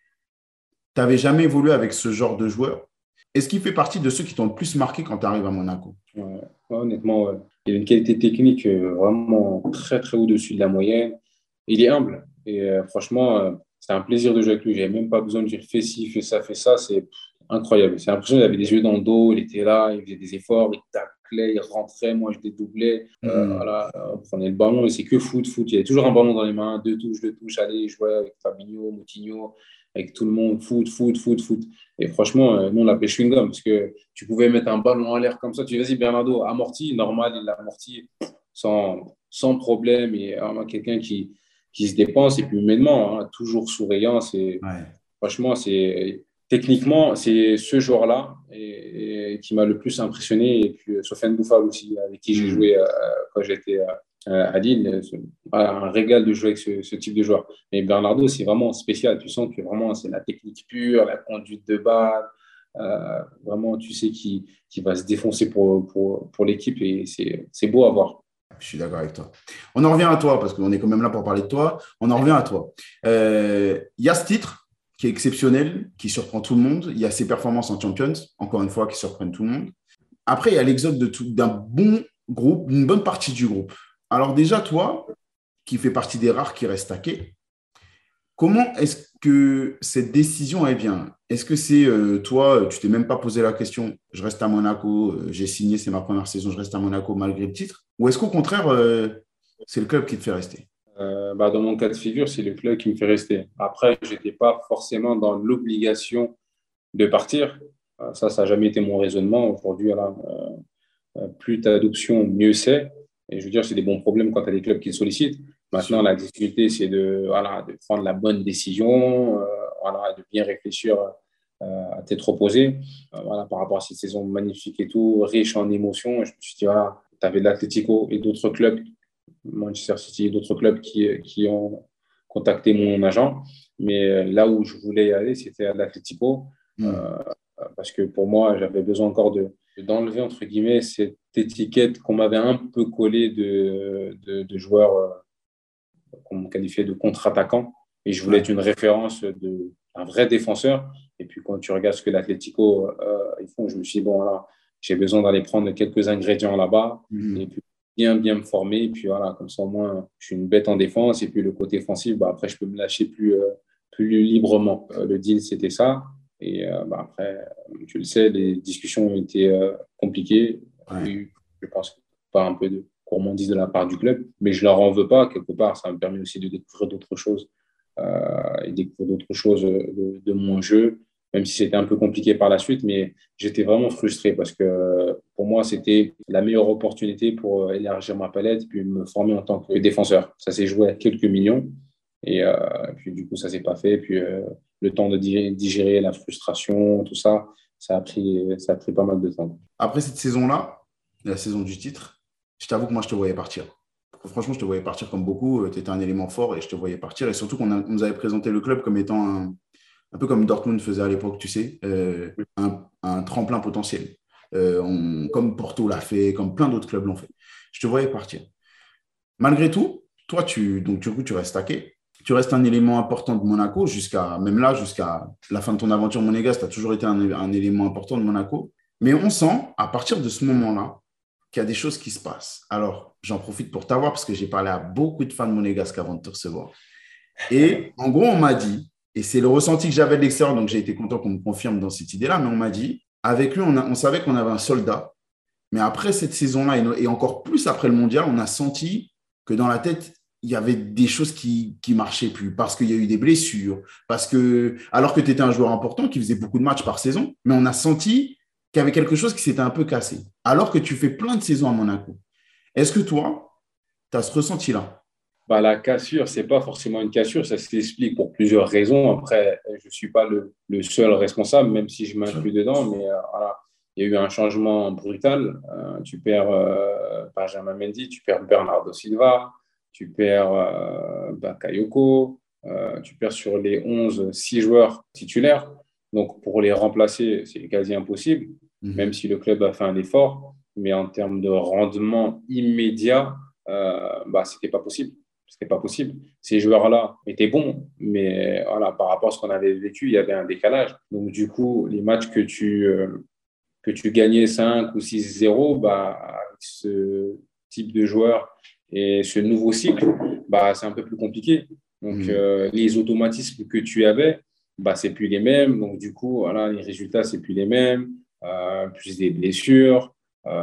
tu n'avais jamais évolué avec ce genre de joueur. Est-ce qu'il fait partie de ceux qui t'ont le plus marqué quand tu arrives à Monaco? Ouais, ouais, honnêtement, ouais. Il a une qualité technique euh, vraiment très, très au-dessus de la moyenne. Il est humble. Et euh, franchement, euh, c'est un plaisir de jouer avec lui. J'avais même pas besoin de dire fais ci, fais ça, fais ça. C'est pff, incroyable. C'est l'impression qu'il avait des yeux dans le dos. Il était là, il faisait des efforts, il taclait, il rentrait. Moi, je dédoublais. Euh, Mmh. voilà, on prenait le ballon et c'est que foot, foot. Il y avait toujours un ballon dans les mains, deux touches, deux touches. Allez, je jouais avec Fabinho, Moutinho, avec tout le monde. Foot, foot, foot, foot. Et franchement, euh, nous, on l'appelait chewing-gum parce que tu pouvais mettre un ballon en l'air comme ça. Tu dis, vas-y, Bernardo, amorti, normal, il l'a amorti sans, sans problème. Et vraiment quelqu'un qui, qui se dépense. Et puis humainement, hein, toujours souriant. C'est, Ouais. franchement, c'est, techniquement, c'est ce joueur-là et, et qui m'a le plus impressionné. Et puis euh, Sofiane Bouffal aussi, avec qui j'ai Mmh. joué euh, quand j'étais euh, à Lille. C'est un régal de jouer avec ce, ce type de joueur. Mais Bernardo, c'est vraiment spécial. Tu sens que vraiment, c'est la technique pure, la conduite de balle. Euh, vraiment, tu sais qui, qui va se défoncer pour, pour, pour l'équipe et c'est, c'est beau à voir. Je suis d'accord avec toi. On en revient à toi, parce qu'on est quand même là pour parler de toi. On en revient à toi. Euh, Il y a ce titre qui est exceptionnel, qui surprend tout le monde. Il y a ses performances en Champions, encore une fois, qui surprennent tout le monde. Après, il y a l'exode de tout- d'un bon groupe, une bonne partie du groupe. Alors déjà, toi, qui fais partie des rares qui restent taqués, comment est-ce que cette décision, elle vient? Est-ce que c'est euh, toi, tu t'es même pas posé la question, je reste à Monaco, euh, j'ai signé, c'est ma première saison, je reste à Monaco malgré le titre? Ou est-ce qu'au contraire, euh, c'est le club qui te fait rester? Euh, bah, dans mon cas de figure, c'est le club qui me fait rester. Après, je n'étais pas forcément dans l'obligation de partir. Euh, ça, ça n'a jamais été mon raisonnement. Aujourd'hui, voilà, euh, plus tu as d'options, mieux c'est. Et je veux dire, c'est des bons problèmes quand tu as des clubs qui le sollicitent. C'est Maintenant, sûr. la difficulté, c'est de, voilà, de prendre la bonne décision, euh, voilà, de bien réfléchir euh, à tête reposée. Euh, voilà, par rapport à cette saison magnifique et tout, riche en émotions. Je me suis dit, voilà, tu avais l'Atlético et d'autres clubs, Manchester City et d'autres clubs qui, qui ont contacté mon agent. Mais euh, là où je voulais y aller, c'était à l'Atlético. Hmm. Euh, parce que pour moi, j'avais besoin encore de, d'enlever, entre guillemets, cette étiquette qu'on m'avait un peu collée de, de, de joueurs euh, qu'on qualifiait de contre-attaquants. Et je voulais être Ouais. une référence de, un vrai défenseur. Et puis quand tu regardes ce que l'Atlético euh, ils font, je me suis dit, bon, voilà, j'ai besoin d'aller prendre quelques ingrédients là-bas et Hmm. puis bien, bien me former. Et puis voilà, comme ça, au moins, je suis une bête en défense. Et puis le côté offensif, bah, après, je peux me lâcher plus, euh, plus librement. Euh, le deal, c'était ça. Et euh, bah, après, tu le sais, les discussions ont été euh, compliquées. Il y a Ouais. eu, je pense, pas un peu de gourmandise de la part du club, mais je leur en veux pas quelque part. Ça me permet aussi de découvrir d'autres choses euh, et découvrir d'autres choses de, de mon jeu, même si c'était un peu compliqué par la suite. Mais j'étais vraiment frustré parce que pour moi, c'était la meilleure opportunité pour élargir ma palette et puis me former en tant que défenseur. Ça s'est joué à quelques millions et euh, puis du coup, ça s'est pas fait. Et puis euh, le temps de digérer la frustration, tout ça, ça a pris, ça a pris pas mal de temps. Après cette saison-là, la saison du titre, je t'avoue que moi, je te voyais partir. Franchement, je te voyais partir comme beaucoup. Tu étais un élément fort et je te voyais partir. Et surtout qu'on a- on nous avait présenté le club comme étant un, un peu comme Dortmund faisait à l'époque, tu sais, euh, un, un tremplin potentiel. Euh, on- comme Porto l'a fait, comme plein d'autres clubs l'ont fait. Je te voyais partir. Malgré tout, toi, tu, donc, du coup, tu restes taqué. Tu restes un élément important de Monaco jusqu'à, même là, jusqu'à la fin de ton aventure monégasque, tu as toujours été un, un élément important de Monaco. Mais on sent, à partir de ce moment-là, qu'il y a des choses qui se passent. Alors, j'en profite pour t'avoir parce que j'ai parlé à beaucoup de fans monégasques avant de te recevoir. Et en gros, on m'a dit, et c'est le ressenti que j'avais de l'extérieur, donc j'ai été content qu'on me confirme dans cette idée-là, mais on m'a dit, avec lui, on, a- on savait qu'on avait un soldat, mais après cette saison-là, et, no- et encore plus après le mondial, on a senti que dans la tête, il y avait des choses qui ne marchaient plus, parce qu'il y a eu des blessures, parce que, alors que tu étais un joueur important qui faisait beaucoup de matchs par saison, mais on a senti qu'il y avait quelque chose qui s'était un peu cassé, alors que tu fais plein de saisons à Monaco. Est-ce que toi, tu as ce ressenti-là? Bah, la cassure, c'est pas forcément une cassure, ça s'explique pour plusieurs raisons. Après, je ne suis pas le, le seul responsable, même si je m'inclus dedans, mais euh, voilà, il y a eu un changement brutal. Euh, tu perds euh, Benjamin Mendy, tu perds Bernardo Silva, tu perds euh, Bakayoko, euh, tu perds sur les onze six joueurs titulaires. Donc, pour les remplacer, c'est quasi impossible, même Mhm. si le club a fait un effort. Mais en termes de rendement immédiat, euh, bah, ce n'était pas possible. C'était pas possible. Ces joueurs-là étaient bons, mais voilà, par rapport à ce qu'on avait vécu, il y avait un décalage. Donc, du coup, les matchs que tu, euh, que tu gagnais cinq ou six zéro, bah, avec ce type de joueur et ce nouveau cycle, bah, c'est un peu plus compliqué. Donc, Mhm. euh, les automatismes que tu avais, bah, c'est plus les mêmes. Donc, du coup, voilà, les résultats, c'est plus les mêmes. Euh, plus des blessures.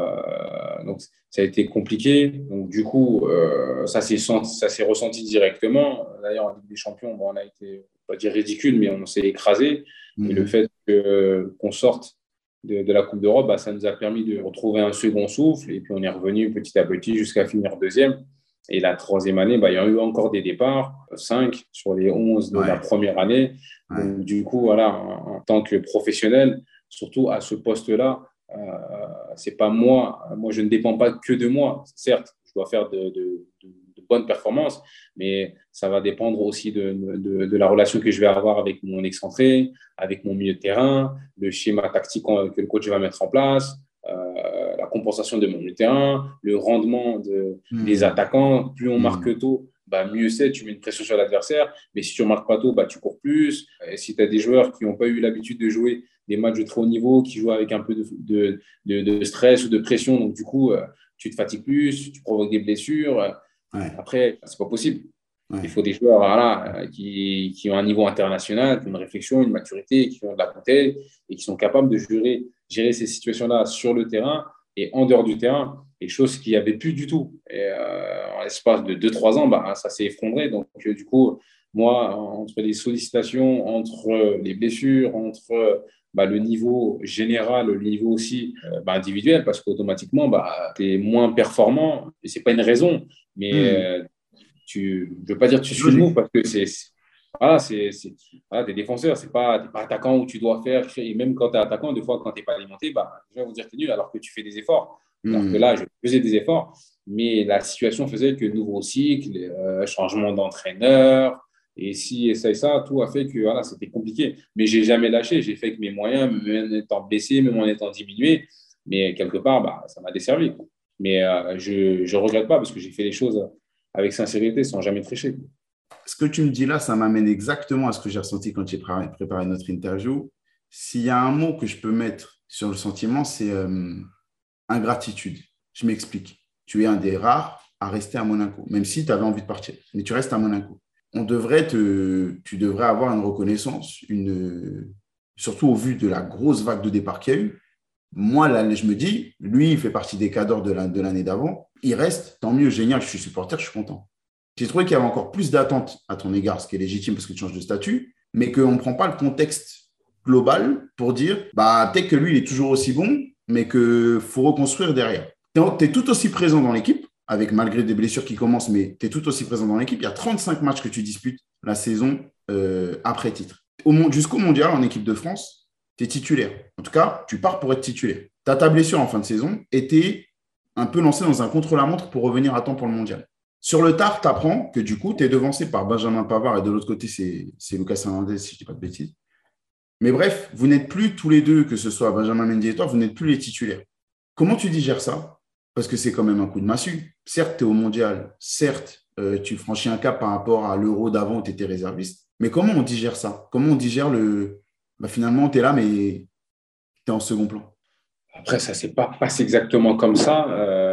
Euh, donc, ça a été compliqué. Donc, du coup, euh, ça s'est ça s'est ressenti directement. D'ailleurs, en Ligue des Champions, bon, on a été, pas dire ridicule, mais on s'est écrasé. Et le Mhm. fait que, qu'on sorte de, de la Coupe d'Europe, bah, ça nous a permis de retrouver un second souffle. Et puis, on est revenu petit à petit jusqu'à finir deuxième. Et la troisième année, bah, il y a eu encore des départs, cinq sur les onze de la Ouais, première année. ouais. Donc, du coup, voilà, en, en tant que professionnel, surtout à ce poste-là, euh, c'est pas moi. Moi, je ne dépends pas que de moi. Certes, je dois faire de, de, de, de bonnes performances, mais ça va dépendre aussi de, de, de, la relation que je vais avoir avec mon excentré, avec mon milieu de terrain, le schéma tactique que le coach va mettre en place, euh, la compensation de mon milieu de terrain, le rendement de, des Mhm. attaquants. Plus on Mhm. marque tôt, bah, mieux c'est, tu mets une pression sur l'adversaire. Mais si tu ne marques pas tôt, bah, tu cours plus. Et si tu as des joueurs qui n'ont pas eu l'habitude de jouer des matchs de très haut niveau, qui jouent avec un peu de, de, de, de stress ou de pression, donc du coup, euh, tu te fatigues plus, tu provoques des blessures. Ouais, Après, c'est pas possible. Il ouais. faut des joueurs voilà, qui, qui ont un niveau international, qui ont une réflexion, une maturité, qui ont de la bouteille et qui sont capables de gérer, gérer ces situations-là sur le terrain et en dehors du terrain, et chose qu'il n'y avait plus du tout. Et euh, en l'espace de deux trois ans, bah, ça s'est effondré. Donc, euh, du coup, moi, entre les sollicitations, entre les blessures, entre bah, le niveau général, le niveau aussi euh, bah, individuel, parce qu'automatiquement, bah, tu es moins performant. Et ce n'est pas une raison, mais Mhm. euh, tu, je ne veux pas dire que tu C'est suis le move, logique. parce que c'est voilà, c'est voilà, des défenseurs, c'est pas, t'es pas attaquant où tu dois faire, et même quand tu es attaquant, des fois, quand tu n'es pas alimenté, bah, je vais vous dire que tu es nul alors que tu fais des efforts. Alors que Mhm. là, je faisais des efforts, mais la situation faisait que nouveau cycle, euh, changement d'entraîneur, et si, et ça et ça, tout a fait que voilà, c'était compliqué. Mais j'ai jamais lâché, j'ai fait avec mes moyens, même en étant blessé, même en étant diminué, mais quelque part, bah, ça m'a desservi. Mais euh, je ne regrette pas parce que j'ai fait les choses avec sincérité, sans jamais tricher. Ce que tu me dis là, ça m'amène exactement à ce que j'ai ressenti quand j'ai pré- préparé notre interview. S'il y a un mot que je peux mettre sur le sentiment, c'est euh, ingratitude. Je m'explique. Tu es un des rares à rester à Monaco, même si tu avais envie de partir, mais tu restes à Monaco. On devrait te, tu devrais avoir une reconnaissance, une, surtout au vu de la grosse vague de départ qu'il y a eu. Moi, là, je me dis, lui, il fait partie des cadors de la- de l'année d'avant. Il reste, tant mieux, génial, je suis supporter, je suis content. J'ai trouvé qu'il y avait encore plus d'attentes à ton égard, ce qui est légitime parce que tu changes de statut, mais qu'on ne prend pas le contexte global pour dire, bah, peut-être que lui, il est toujours aussi bon, mais qu'il faut reconstruire derrière. Tu es tout aussi présent dans l'équipe, avec malgré des blessures qui commencent, mais tu es tout aussi présent dans l'équipe. Il y a trente-cinq matchs que tu disputes la saison euh, après titre. Au, jusqu'au mondial en équipe de France, tu es titulaire. En tout cas, tu pars pour être titulaire. Tu as ta blessure en fin de saison et tu es un peu lancé dans un contre-la-montre pour revenir à temps pour le mondial. Sur le tard, tu apprends que du coup, tu es devancé par Benjamin Pavard et de l'autre côté, c'est Lucas Hernandez, si je ne dis pas de bêtises. Mais bref, vous n'êtes plus tous les deux, que ce soit Benjamin Mendy et toi, vous n'êtes plus les titulaires. Comment tu digères ça? Parce que c'est quand même un coup de massue. Certes, tu es au mondial. Certes, euh, tu franchis un cap par rapport à l'euro d'avant où tu étais réserviste. Mais comment on digère ça? Comment on digère le. Bah, finalement, tu es là, mais tu es en second plan. Après, ça ne s'est pas passé exactement comme ça. Euh,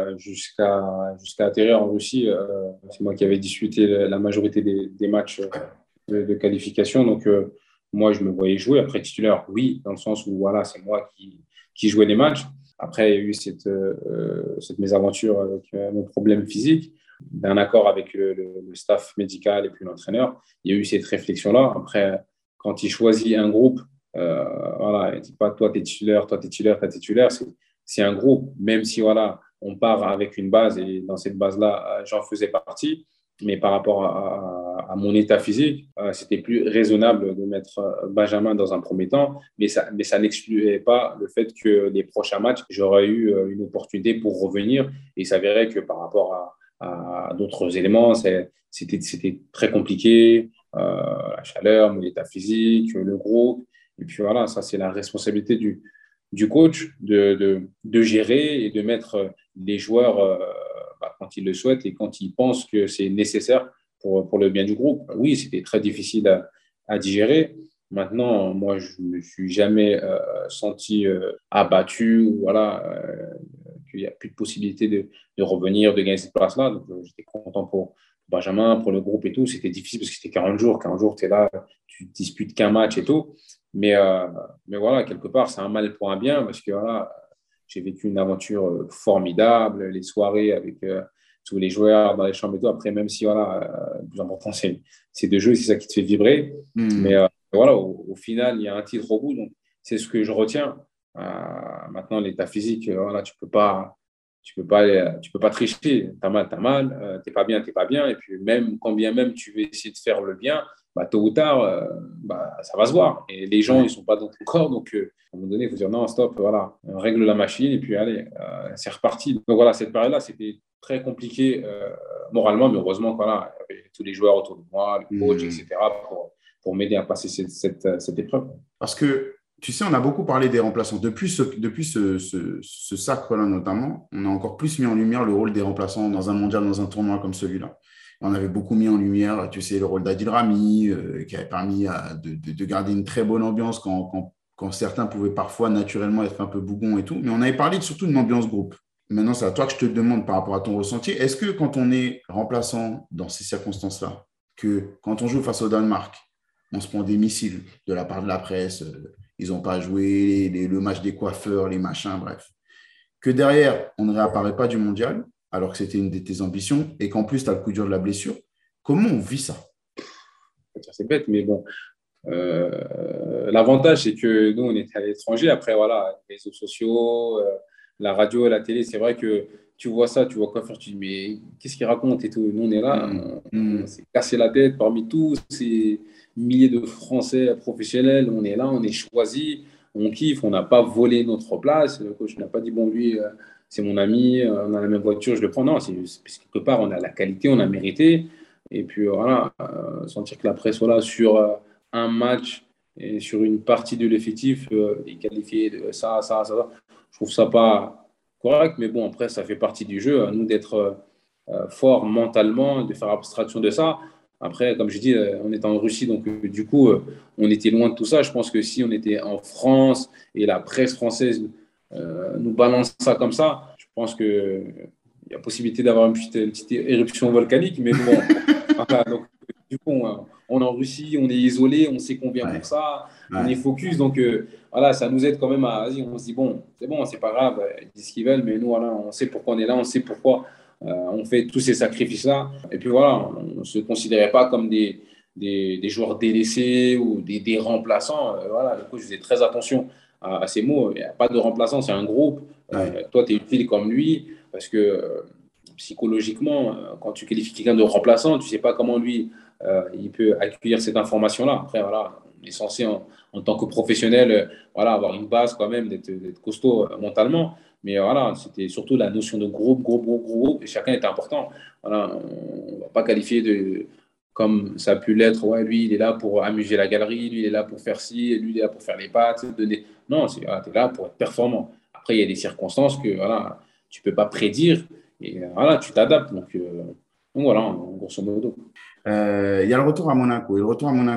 euh, jusqu'à jusqu'à atterrir en Russie. Euh, c'est moi qui avais disputé la majorité des, des matchs de, de qualification. Donc, euh, moi, je me voyais jouer. Après, titulaire, oui, dans le sens où voilà, c'est moi qui, qui jouais les matchs. Après, il y a eu cette, euh, cette mésaventure avec euh, mon problème physique. D'un accord avec le, le, le staff médical et puis l'entraîneur, il y a eu cette réflexion-là. Après, quand il choisit un groupe, euh, voilà, il ne dit pas toi, tu es titulaire, toi, tu es titulaire, toi, tu es titulaire. C'est, c'est un groupe, même si voilà, on part avec une base et dans cette base-là, j'en faisais partie. Mais par rapport à, à, à mon état physique, euh, c'était plus raisonnable de mettre Benjamin dans un premier temps. Mais ça, mais ça n'excluait pas le fait que les prochains matchs, j'aurais eu une opportunité pour revenir. Et il s'avérait que par rapport à, à d'autres éléments, c'est, c'était, c'était très compliqué. Euh, la chaleur, mon état physique, le groupe. Et puis voilà, ça, c'est la responsabilité du, du coach de, de, de gérer et de mettre les joueurs euh, bah, quand ils le souhaitent et quand ils pensent que c'est nécessaire pour, pour le bien du groupe. Oui, c'était très difficile à, à digérer. Maintenant, moi, je ne me suis jamais euh, senti euh, abattu ou voilà, euh, qu'il n'y a plus de possibilité de, de revenir, de gagner cette place-là. Donc, euh, j'étais content pour Benjamin, pour le groupe et tout. C'était difficile parce que c'était quarante jours. quarante jours, tu es là, tu ne disputes qu'un match et tout. Mais, euh, mais voilà, quelque part, c'est un mal pour un bien parce que voilà, j'ai vécu une aventure formidable, les soirées avec euh, tous les joueurs dans les chambres et tout. Après, même si voilà, euh, le plus important, c'est, c'est de jouer, c'est ça qui te fait vibrer. Mmh. Mais euh, voilà, au, au final, il y a un titre au bout. Donc, c'est ce que je retiens. Euh, maintenant, l'état physique, euh, voilà, tu ne peux pas. Tu peux pas, tu peux pas tricher. T'as mal, t'as mal. Euh, t'es pas bien, t'es pas bien. Et puis même, quand bien même tu veux essayer de faire le bien, bah, tôt ou tard, euh, bah, ça va se voir. Et les gens, Ouais. ils sont pas dans ton corps. Donc, euh, à un moment donné, il faut dire non, stop, voilà, on règle la machine et puis allez, euh, c'est reparti. Donc voilà, cette période-là, c'était très compliqué euh, moralement, mais heureusement, voilà, il y avait tous les joueurs autour de moi, le coach, Mmh. et cetera, pour, pour m'aider à passer cette, cette, cette épreuve. Parce que, tu sais, on a beaucoup parlé des remplaçants. Depuis ce, depuis ce, ce, ce sacre-là, notamment, on a encore plus mis en lumière le rôle des remplaçants dans un mondial, dans un tournoi comme celui-là. On avait beaucoup mis en lumière, tu sais, le rôle d'Adil Rami, euh, qui avait permis à, de, de, de garder une très bonne ambiance quand, quand, quand certains pouvaient parfois naturellement être un peu bougons et tout. Mais on avait parlé surtout d'une ambiance groupe. Maintenant, c'est à toi que je te demande par rapport à ton ressenti. Est-ce que quand on est remplaçant dans ces circonstances-là, que quand on joue face au Danemark, on se prend des missiles de la part de la presse, euh, ils n'ont pas joué, les, le match des coiffeurs, les machins, bref. Que derrière, on ne réapparaît pas du mondial, alors que c'était une de tes ambitions, et qu'en plus, tu as le coup dur de la blessure. Comment on vit ça? C'est bête, mais bon. Euh, l'avantage, c'est que nous, on était à l'étranger. Après, voilà, les réseaux sociaux, euh, la radio, la télé, c'est vrai que tu vois ça, tu vois quoi faire, tu te dis, mais qu'est-ce qu'il raconte et tout. Nous, on est là, Mmh, on, on mmh. s'est cassé la tête parmi tous ces milliers de Français professionnels. On est là, on est choisi, on kiffe, on n'a pas volé notre place. Le coach n'a pas dit, bon, lui, euh, c'est mon ami, euh, on a la même voiture, je le prends. Non, c'est c'est parce que quelque part, on a la qualité, on a mérité. Et puis, euh, voilà, euh, sentir que la presse, voilà, sur. Euh, un match et sur une partie de l'effectif euh, est qualifié de ça, ça, ça, ça. Je trouve ça pas correct, mais bon, après, ça fait partie du jeu. À nous d'être euh, forts mentalement, de faire abstraction de ça. Après, comme je dis, euh, on était en Russie, donc euh, du coup, euh, on était loin de tout ça. Je pense que si on était en France et la presse française euh, nous balance ça comme ça, je pense qu'il y a possibilité d'avoir une petite, une petite éruption volcanique, mais bon, voilà, donc du coup, on, on est en Russie, on est isolé, on sait qu'on vient pour Ouais, ça, on est ouais. focus. Donc, euh, voilà, ça nous aide quand même à. Vas-y, on se dit, bon, c'est bon, c'est pas grave, ils disent ce qu'ils veulent, mais nous, voilà, on sait pourquoi on est là, on sait pourquoi euh, on fait tous ces sacrifices-là. Et puis voilà, on ne se considérait pas comme des, des, des joueurs délaissés ou des, des remplaçants. Euh, voilà, le coach faisait très attention à, à ces mots. Il n'y a pas de remplaçant, c'est un groupe. Ouais. Euh, toi, tu es utile comme lui parce que. Euh, psychologiquement, quand tu qualifies quelqu'un de remplaçant, tu ne sais pas comment lui, euh, il peut accueillir cette information-là. Après, voilà, on est censé, en, en tant que professionnel, euh, voilà, avoir une base quand même, d'être, d'être costaud euh, mentalement. Mais euh, voilà, c'était surtout la notion de groupe, groupe, groupe, groupe, et chacun était important. Voilà, on ne va pas qualifier de, comme ça a pu l'être, ouais, lui, il est là pour amuser la galerie, lui, il est là pour faire ci, lui, il est là pour faire les pattes, donner. Non, c'est, voilà, tu es là pour être performant. Après, il y a des circonstances que voilà, tu ne peux pas prédire. Et euh, voilà, tu t'adaptes. Donc, euh, donc voilà, en grosso modo. Euh, il y a le retour à Monaco. Et le retour à Monaco,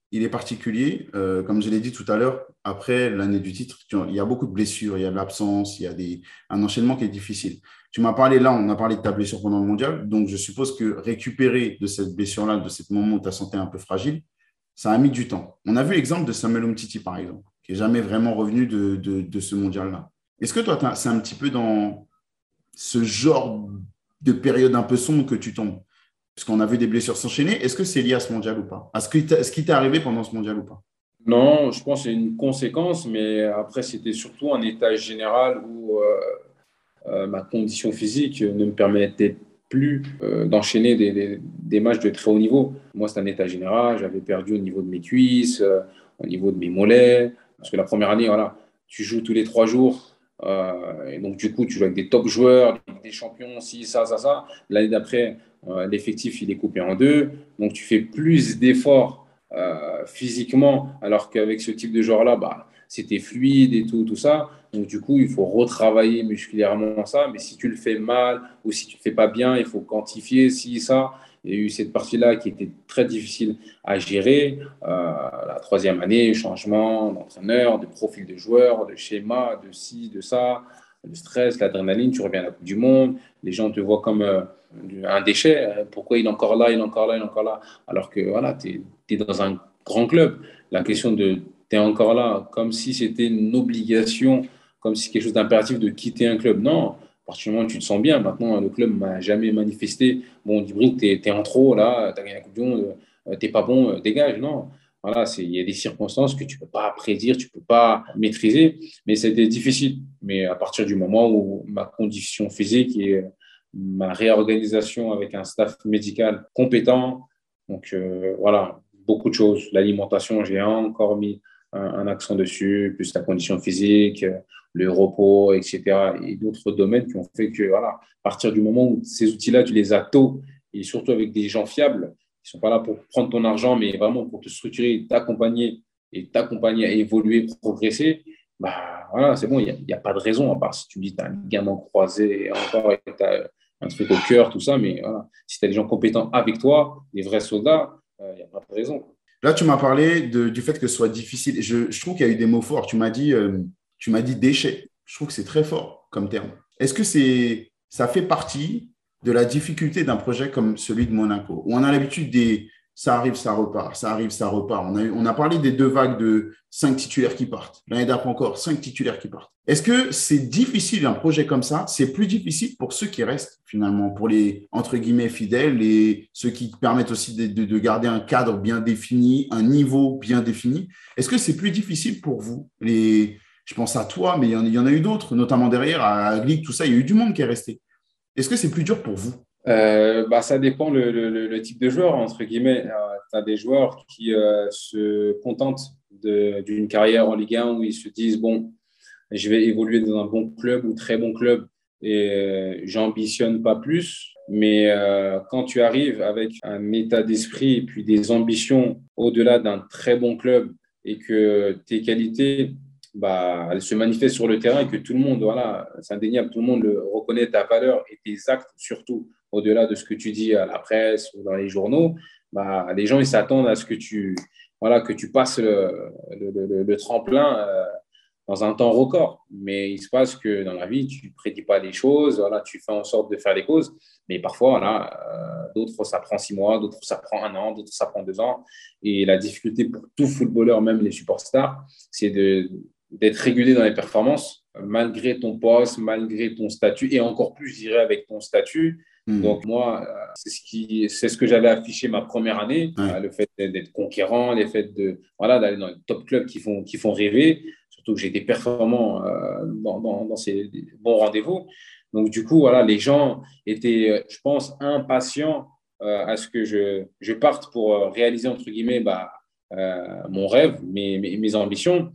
il est particulier. Euh, comme je l'ai dit tout à l'heure, après l'année du titre, tu vois, il y a beaucoup de blessures, il y a de l'absence, il y a des, un enchaînement qui est difficile. Tu m'as parlé là, on a parlé de ta blessure pendant le mondial. Donc, je suppose que récupérer de cette blessure-là, de ce moment où ta santé est un peu fragile, ça a mis du temps. On a vu l'exemple de Samuel Umtiti, par exemple, qui n'est jamais vraiment revenu de, de, de ce mondial-là. Est-ce que toi, c'est un petit peu dans ce genre de période un peu sombre que tu tombes? Parce qu'on a vu des blessures s'enchaîner. Est-ce que c'est lié à ce mondial ou pas? À ce qui t'est- ce qui t'est arrivé pendant ce mondial ou pas? Non, je pense que c'est une conséquence, mais après, c'était surtout un état général où euh, euh, ma condition physique ne me permettait plus euh, d'enchaîner des, des, des matchs de très haut niveau. Moi, c'est un état général. J'avais perdu au niveau de mes cuisses, euh, au niveau de mes mollets. Parce que la première année, voilà, tu joues tous les trois jours. Euh, et donc, du coup, tu joues avec des top joueurs, des champions, ci, ça, ça, ça. L'année d'après, euh, l'effectif, il est coupé en deux. Donc, tu fais plus d'efforts euh, physiquement, alors qu'avec ce type de joueur-là, bah, c'était fluide et tout, tout ça. Donc, du coup, il faut retravailler musculairement ça. Mais si tu le fais mal ou si tu ne le fais pas bien, il faut quantifier si ça. Il y a eu cette partie-là qui était très difficile à gérer. Euh, la troisième année, changement d'entraîneur, de profil de joueur, de schéma, de ci, de ça, le stress, l'adrénaline. Tu reviens à la Coupe du Monde. Les gens te voient comme euh, un déchet. Pourquoi il est encore là, il est encore là, il est encore là. Alors que voilà, tu es dans un grand club. La question de tu es encore là, comme si c'était une obligation, comme si quelque chose d'impératif de quitter un club. Non, à partir du moment où tu te sens bien, maintenant, le club ne m'a jamais manifesté. Bon, Djibril, tu es en trop, là, tu as gagné la Coupe du Monde, euh, tu n'es pas bon, euh, dégage. Non, voilà, il y a des circonstances que tu ne peux pas prédire, tu ne peux pas maîtriser, mais c'était difficile. Mais à partir du moment où ma condition physique et euh, ma réorganisation avec un staff médical compétent, donc euh, voilà, beaucoup de choses. L'alimentation, j'ai encore mis un, un accent dessus, plus la condition physique, le repos, et cetera. Et d'autres domaines qui ont fait que, voilà, à partir du moment où ces outils-là, tu les as tôt, et surtout avec des gens fiables, qui ne sont pas là pour prendre ton argent, mais vraiment pour te structurer, t'accompagner et t'accompagner à évoluer, progresser, bah voilà, c'est bon, il n'y a, a, pas de raison, à part si tu me dis que tu as un ligament croisé, encore, et tu as un truc au cœur, tout ça, mais voilà, si tu as des gens compétents avec toi, des vrais soldats, il euh, n'y a pas de raison. Là, tu m'as parlé de, du fait que ce soit difficile. Je, je trouve qu'il y a eu des mots forts. Tu m'as dit, euh, tu m'as dit déchet. Je trouve que c'est très fort comme terme. Est-ce que c'est, ça fait partie de la difficulté d'un projet comme celui de Monaco, où on a l'habitude des ça arrive, ça repart, ça arrive, ça repart. On a, eu, on a parlé des deux vagues de cinq titulaires qui partent. L'année d'après encore, cinq titulaires qui partent. Est-ce que c'est difficile, un projet comme ça? C'est plus difficile pour ceux qui restent, finalement, pour les, entre guillemets, fidèles et ceux qui permettent aussi de, de, de garder un cadre bien défini, un niveau bien défini. Est-ce que c'est plus difficile pour vous? Les, je pense à toi, mais il y en, il y en a eu d'autres, notamment derrière, à Ligue, tout ça, il y a eu du monde qui est resté. Est-ce que c'est plus dur pour vous? Euh, bah, ça dépend le, le, le type de joueur, entre guillemets. Euh, tu as des joueurs qui euh, se contentent de, d'une carrière en Ligue un où ils se disent, bon, je vais évoluer dans un bon club ou très bon club et euh, j'ambitionne pas plus. Mais euh, quand tu arrives avec un état d'esprit et puis des ambitions au-delà d'un très bon club et que tes qualités, bah, elles se manifestent sur le terrain et que tout le monde, voilà, c'est indéniable, tout le monde le reconnaît ta valeur et tes actes surtout, au-delà de ce que tu dis à la presse ou dans les journaux, bah, les gens ils s'attendent à ce que tu, voilà, que tu passes le, le, le, le tremplin euh, dans un temps record. Mais il se passe que dans la vie, tu ne prédis pas les choses, voilà, tu fais en sorte de faire les causes. Mais parfois, voilà, euh, d'autres, ça prend six mois, d'autres, ça prend un an, d'autres, ça prend deux ans. Et la difficulté pour tout footballeur, même les superstars, c'est de, d'être régulier dans les performances, malgré ton poste, malgré ton statut, et encore plus, je dirais, avec ton statut. Hmm. Donc, moi, c'est ce, qui, c'est ce que j'avais affiché ma première année, Ouais. le fait d'être conquérant, le fait de, voilà, d'aller dans les top clubs qui font, qui font rêver, surtout que j'ai été performant euh, dans, dans, dans ces bons rendez-vous. Donc, du coup, voilà, les gens étaient, je pense, impatients euh, à ce que je, je parte pour euh, réaliser, entre guillemets, bah, euh, mon rêve, mes, mes, mes ambitions.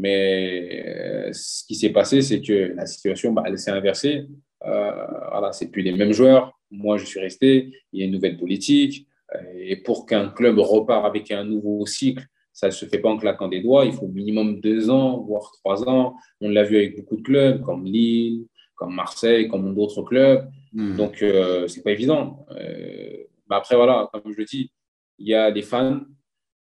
Mais euh, ce qui s'est passé, c'est que la situation, bah, elle s'est inversée. Euh, voilà, c'est plus les mêmes joueurs. Moi, je suis resté. Il y a une nouvelle politique. Et pour qu'un club repart avec un nouveau cycle, ça ne se fait pas en claquant des doigts. Il faut au minimum deux ans, voire trois ans. On l'a vu avec beaucoup de clubs, comme Lille, comme Marseille, comme d'autres clubs. Hmm. Donc, euh, ce n'est pas évident. Euh, mais après, voilà, comme je le dis, il y a les fans, il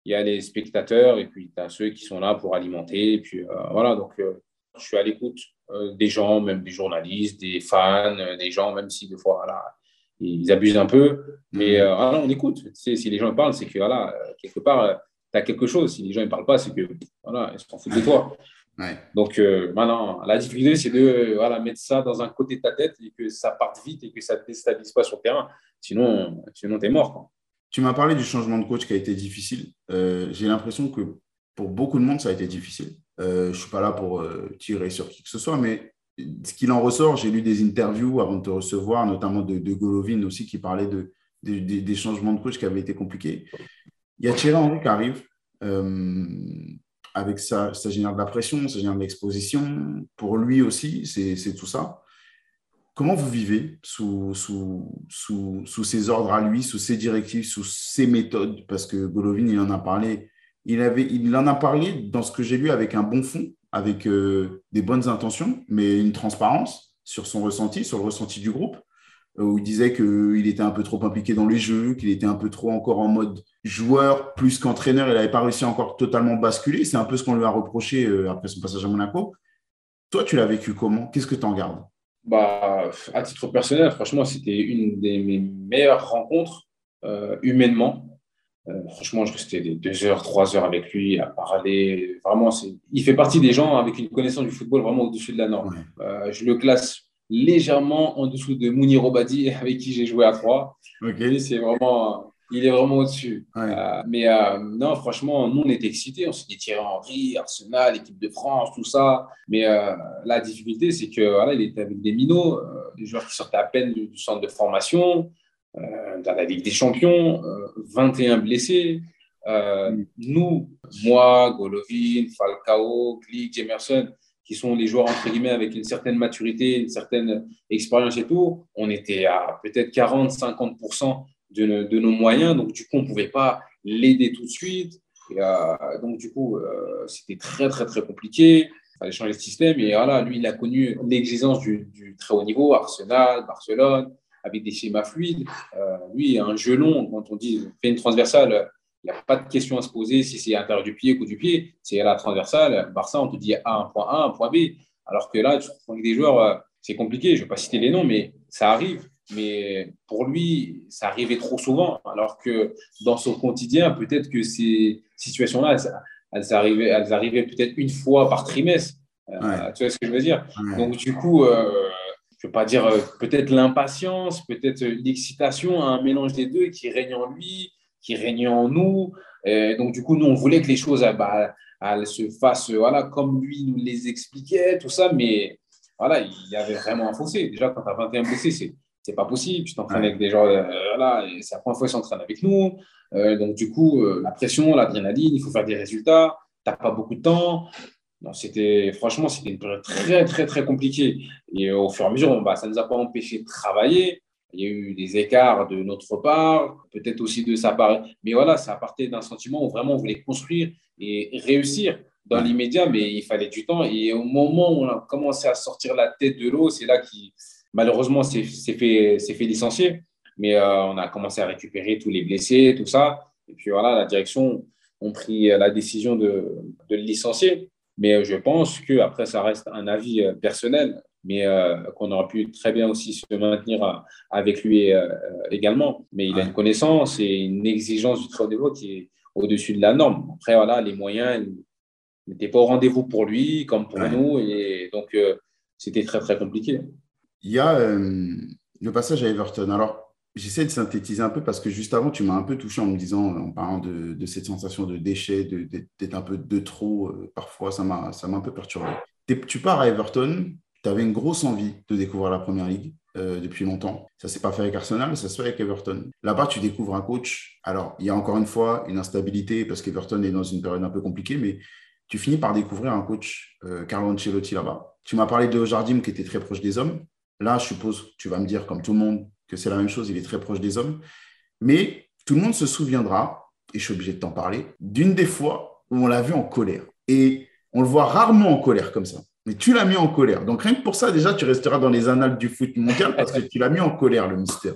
il y a les spectateurs et puis tu as ceux qui sont là pour alimenter. Et puis euh, voilà, donc euh, je suis à l'écoute euh, des gens, même des journalistes, des fans, euh, des gens, même si des fois, voilà, ils abusent un peu. Mais Mmh. euh, voilà, on écoute. Tu sais, si les gens parlent, c'est que voilà, euh, quelque part, euh, tu as quelque chose. Si les gens ne parlent pas, c'est que voilà, ils s'en foutent de toi. Ouais. Donc euh, maintenant, la difficulté, c'est de euh, voilà, mettre ça dans un côté de ta tête et que ça parte vite et que ça ne te déstabilise pas sur le terrain. Sinon, sinon tu es mort, quoi. Tu m'as parlé du changement de coach qui a été difficile. Euh, j'ai l'impression que pour beaucoup de monde, ça a été difficile. Euh, je ne suis pas là pour euh, tirer sur qui que ce soit, mais ce qu'il en ressort, j'ai lu des interviews avant de te recevoir, notamment de, de Golovin aussi, qui parlait de, de- de- des changements de coach qui avaient été compliqués. Il y a Thierry Henry qui arrive euh, avec ça, ça génère de la pression, ça génère de l'exposition. Pour lui aussi, c'est c'est tout ça. Comment vous vivez sous, sous, sous, sous ses ordres à lui, sous ses directives, sous ses méthodes? Parce que Golovin, il en a parlé. Il, avait, il en a parlé dans ce que j'ai lu avec un bon fond, avec euh, des bonnes intentions, mais une transparence sur son ressenti, sur le ressenti du groupe, euh, où il disait qu'il était un peu trop impliqué dans les jeux, qu'il était un peu trop encore en mode joueur plus qu'entraîneur. Il n'avait pas réussi à encore totalement basculer. C'est un peu ce qu'on lui a reproché euh, après son passage à Monaco. Toi, tu l'as vécu comment? Qu'est-ce que tu en gardes? Bah, à titre personnel, franchement, c'était une des mes meilleures rencontres euh, humainement. Euh, franchement, je restais des deux heures, trois heures avec lui à parler. Vraiment, c'est... il fait partie des gens avec une connaissance du football vraiment au-dessus de la norme. Ouais. Euh, je le classe légèrement en dessous de Mounir Obadi, avec qui j'ai joué à trois. Ok. Lui, c'est vraiment, il est vraiment au-dessus. Ouais. Euh, mais euh, non, franchement, nous, on était excités. On s'est dit Thierry Henry, Arsenal, équipe de France, tout ça. Mais euh, la difficulté, c'est que voilà, il était avec des minots, euh, des joueurs qui sortaient à peine du, du centre de formation, euh, dans la Ligue des Champions, euh, vingt et un blessés. Euh, Mm. nous, moi, Golovin, Falcao, Glick, Emerson, qui sont les joueurs entre guillemets avec une certaine maturité, une certaine expérience et tout, on était à peut-être quarante à cinquante pour cent de, nos, de nos moyens. Donc, du coup, on ne pouvait pas l'aider tout de suite. Et, euh, donc, du coup, euh, c'était très, très, très compliqué. Il fallait changer de système. Et voilà, lui, il a connu l'exigence du, du très haut niveau, Arsenal, Barcelone, avec des schémas fluides. Euh, lui, un jeu long, quand on dit fait une transversale, il n'y a pas de question à se poser si c'est à l'intérieur du pied, coup du pied. C'est à la transversale. Barça, on te dit A, un point A, un point B. Alors que là, tu te retrouves avec des joueurs, c'est compliqué. Je ne vais pas citer les noms, mais ça arrive. Mais pour lui, ça arrivait trop souvent. Alors que dans son quotidien, peut-être que ces situations-là, elles arrivaient, elles arrivaient peut-être une fois par trimestre. Ouais. Euh, tu vois ce que je veux dire? Ouais. Donc, du coup, euh, je ne veux pas dire euh, peut-être l'impatience, peut-être l'excitation, un mélange des deux qui règne en lui, qui règne en nous. Et donc, du coup, nous, on voulait que les choses bah, elles se fassent voilà, comme lui nous les expliquait, tout ça. Mais voilà, il y avait vraiment un fossé. Déjà, quand tu as vingt et un blessés, c'est c'est pas possible. Tu t'entraînes Ouais. avec des gens, euh, voilà, et c'est la première fois qu'ils s'entraînent avec nous. Euh, donc, du coup, euh, la pression, l'adrénaline, il faut faire des résultats. Tu n'as pas beaucoup de temps. Non, c'était, franchement, c'était une période très, très, très compliquée. Et au fur et à mesure, on, bah, ça ne nous a pas empêché de travailler. Il y a eu des écarts de notre part, peut-être aussi de sa part. Mais voilà, ça partait d'un sentiment où vraiment on voulait construire et réussir dans Ouais. l'immédiat, mais il fallait du temps. Et au moment où on a commencé à sortir la tête de l'eau, c'est là qui, malheureusement, s'est fait, s'est fait licencier. Mais euh, on a commencé à récupérer tous les blessés, tout ça. Et puis voilà, la direction a pris la décision de, de le licencier. Mais je pense qu'après, ça reste un avis personnel, mais euh, qu'on aurait pu très bien aussi se maintenir à, avec lui euh, également. Mais il a Ouais. une connaissance et une exigence du très haut niveau qui est au-dessus de la norme. Après, voilà, les moyens n'étaient pas au rendez-vous pour lui comme pour Ouais. nous. Et donc, euh, c'était très, très compliqué. Il y a euh, le passage à Everton. Alors, j'essaie de synthétiser un peu parce que juste avant, tu m'as un peu touché en me disant, en parlant de, de cette sensation de déchet, de- de- d'être un peu de trop. Euh, parfois, ça m'a, ça m'a un peu perturbé. T'es- Tu pars à Everton, tu avais une grosse envie de découvrir la Première Ligue euh, depuis longtemps. Ça ne s'est pas fait avec Arsenal, mais ça se fait avec Everton. Là-bas, tu découvres un coach. Alors, il y a encore une fois une instabilité parce qu'Everton est dans une période un peu compliquée, mais tu finis par découvrir un coach, euh, Carlo Ancelotti, là-bas. Tu m'as parlé de Jardim qui était très proche des hommes. Là, je suppose, tu vas me dire, comme tout le monde, que c'est la même chose, il est très proche des hommes. Mais tout le monde se souviendra, et je suis obligé de t'en parler, d'une des fois où on l'a vu en colère. Et on le voit rarement en colère comme ça. Mais tu l'as mis en colère. Donc rien que pour ça, déjà, tu resteras dans les annales du foot mondial parce que tu l'as mis en colère, le mystère.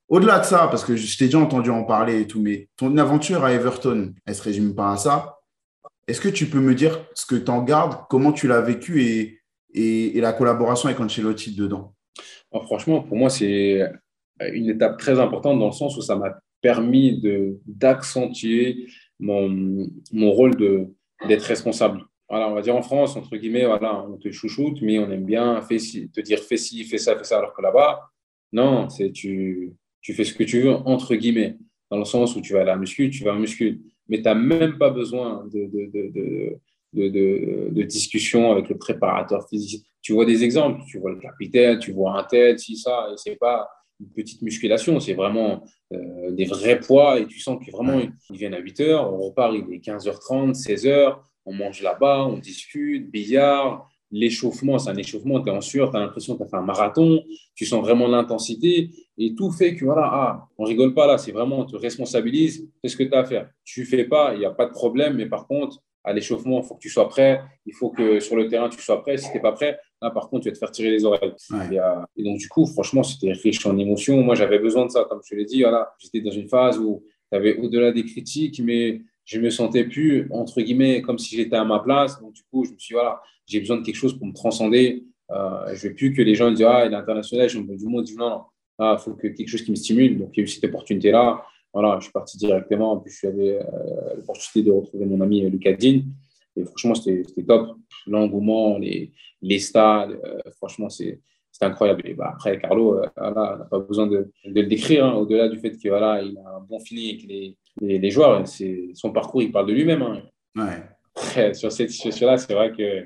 Au-delà de ça, parce que je t'ai déjà entendu en parler et tout, mais ton aventure à Everton, elle ne se résume pas à ça. Est-ce que tu peux me dire ce que tu en gardes, comment tu l'as vécu et, et, et la collaboration avec Ancelotti dedans? Alors, franchement, pour moi, c'est une étape très importante dans le sens où ça m'a permis de, d'accentuer mon, mon rôle de, d'être responsable. Voilà, on va dire en France, entre guillemets, voilà, on te chouchoute, mais on aime bien fais ci- te dire fais ci, fais ça, fais ça, alors que là-bas, non, c'est tu, tu fais ce que tu veux, entre guillemets, dans le sens où tu vas à la muscu, tu vas à la muscu, mais tu n'as même pas besoin de, de, de, de, de, de, de discussion avec le préparateur physique. Tu vois des exemples, tu vois le capitaine, tu vois un tel, si ça, et c'est pas une petite musculation, c'est vraiment euh, des vrais poids et tu sens que vraiment Ouais. ils viennent à huit heures, on repart, il est quinze heures trente, seize heures, on mange là-bas, on discute, billard, l'échauffement, c'est un échauffement, tu es en sueur, tu as l'impression que tu as fait un marathon, tu sens vraiment l'intensité et tout fait que voilà, ah, on rigole pas là, c'est vraiment, on te responsabilise, fais ce que tu as à faire. Tu fais pas, il n'y a pas de problème, mais par contre, à l'échauffement, il faut que tu sois prêt, il faut que sur le terrain, tu sois prêt. Si tu n'es pas prêt, là, par contre, tu vas te faire tirer les oreilles. Ouais. Et, euh, et donc, du coup, franchement, c'était riche en émotions. Moi, j'avais besoin de ça, comme je te l'ai dit. Voilà, j'étais dans une phase où tu avais au-delà des critiques, mais je me sentais plus, entre guillemets, comme si j'étais à ma place. Donc, du coup, je me suis dit, voilà, j'ai besoin de quelque chose pour me transcender. Euh, je ne veux plus que les gens disent, ah, il est international, je champion du monde. Je dis, non, non, il faut que quelque chose qui me stimule. Donc, il y a eu cette opportunité-là. Voilà, je suis parti directement. En plus, j'avais euh, l'opportunité de retrouver mon ami Lucas Digne. Et franchement, c'était, c'était top. L'engouement, les, les stades, euh, franchement, c'est, c'est incroyable. Et bah, après, Carlo, euh, voilà, on n'a pas besoin de, de le décrire, hein, au-delà du fait qu'il voilà, il a un bon feeling avec les, les, les joueurs. C'est, son parcours, il parle de lui-même. Hein. Ouais. Après, sur cette situation-là, c'est vrai que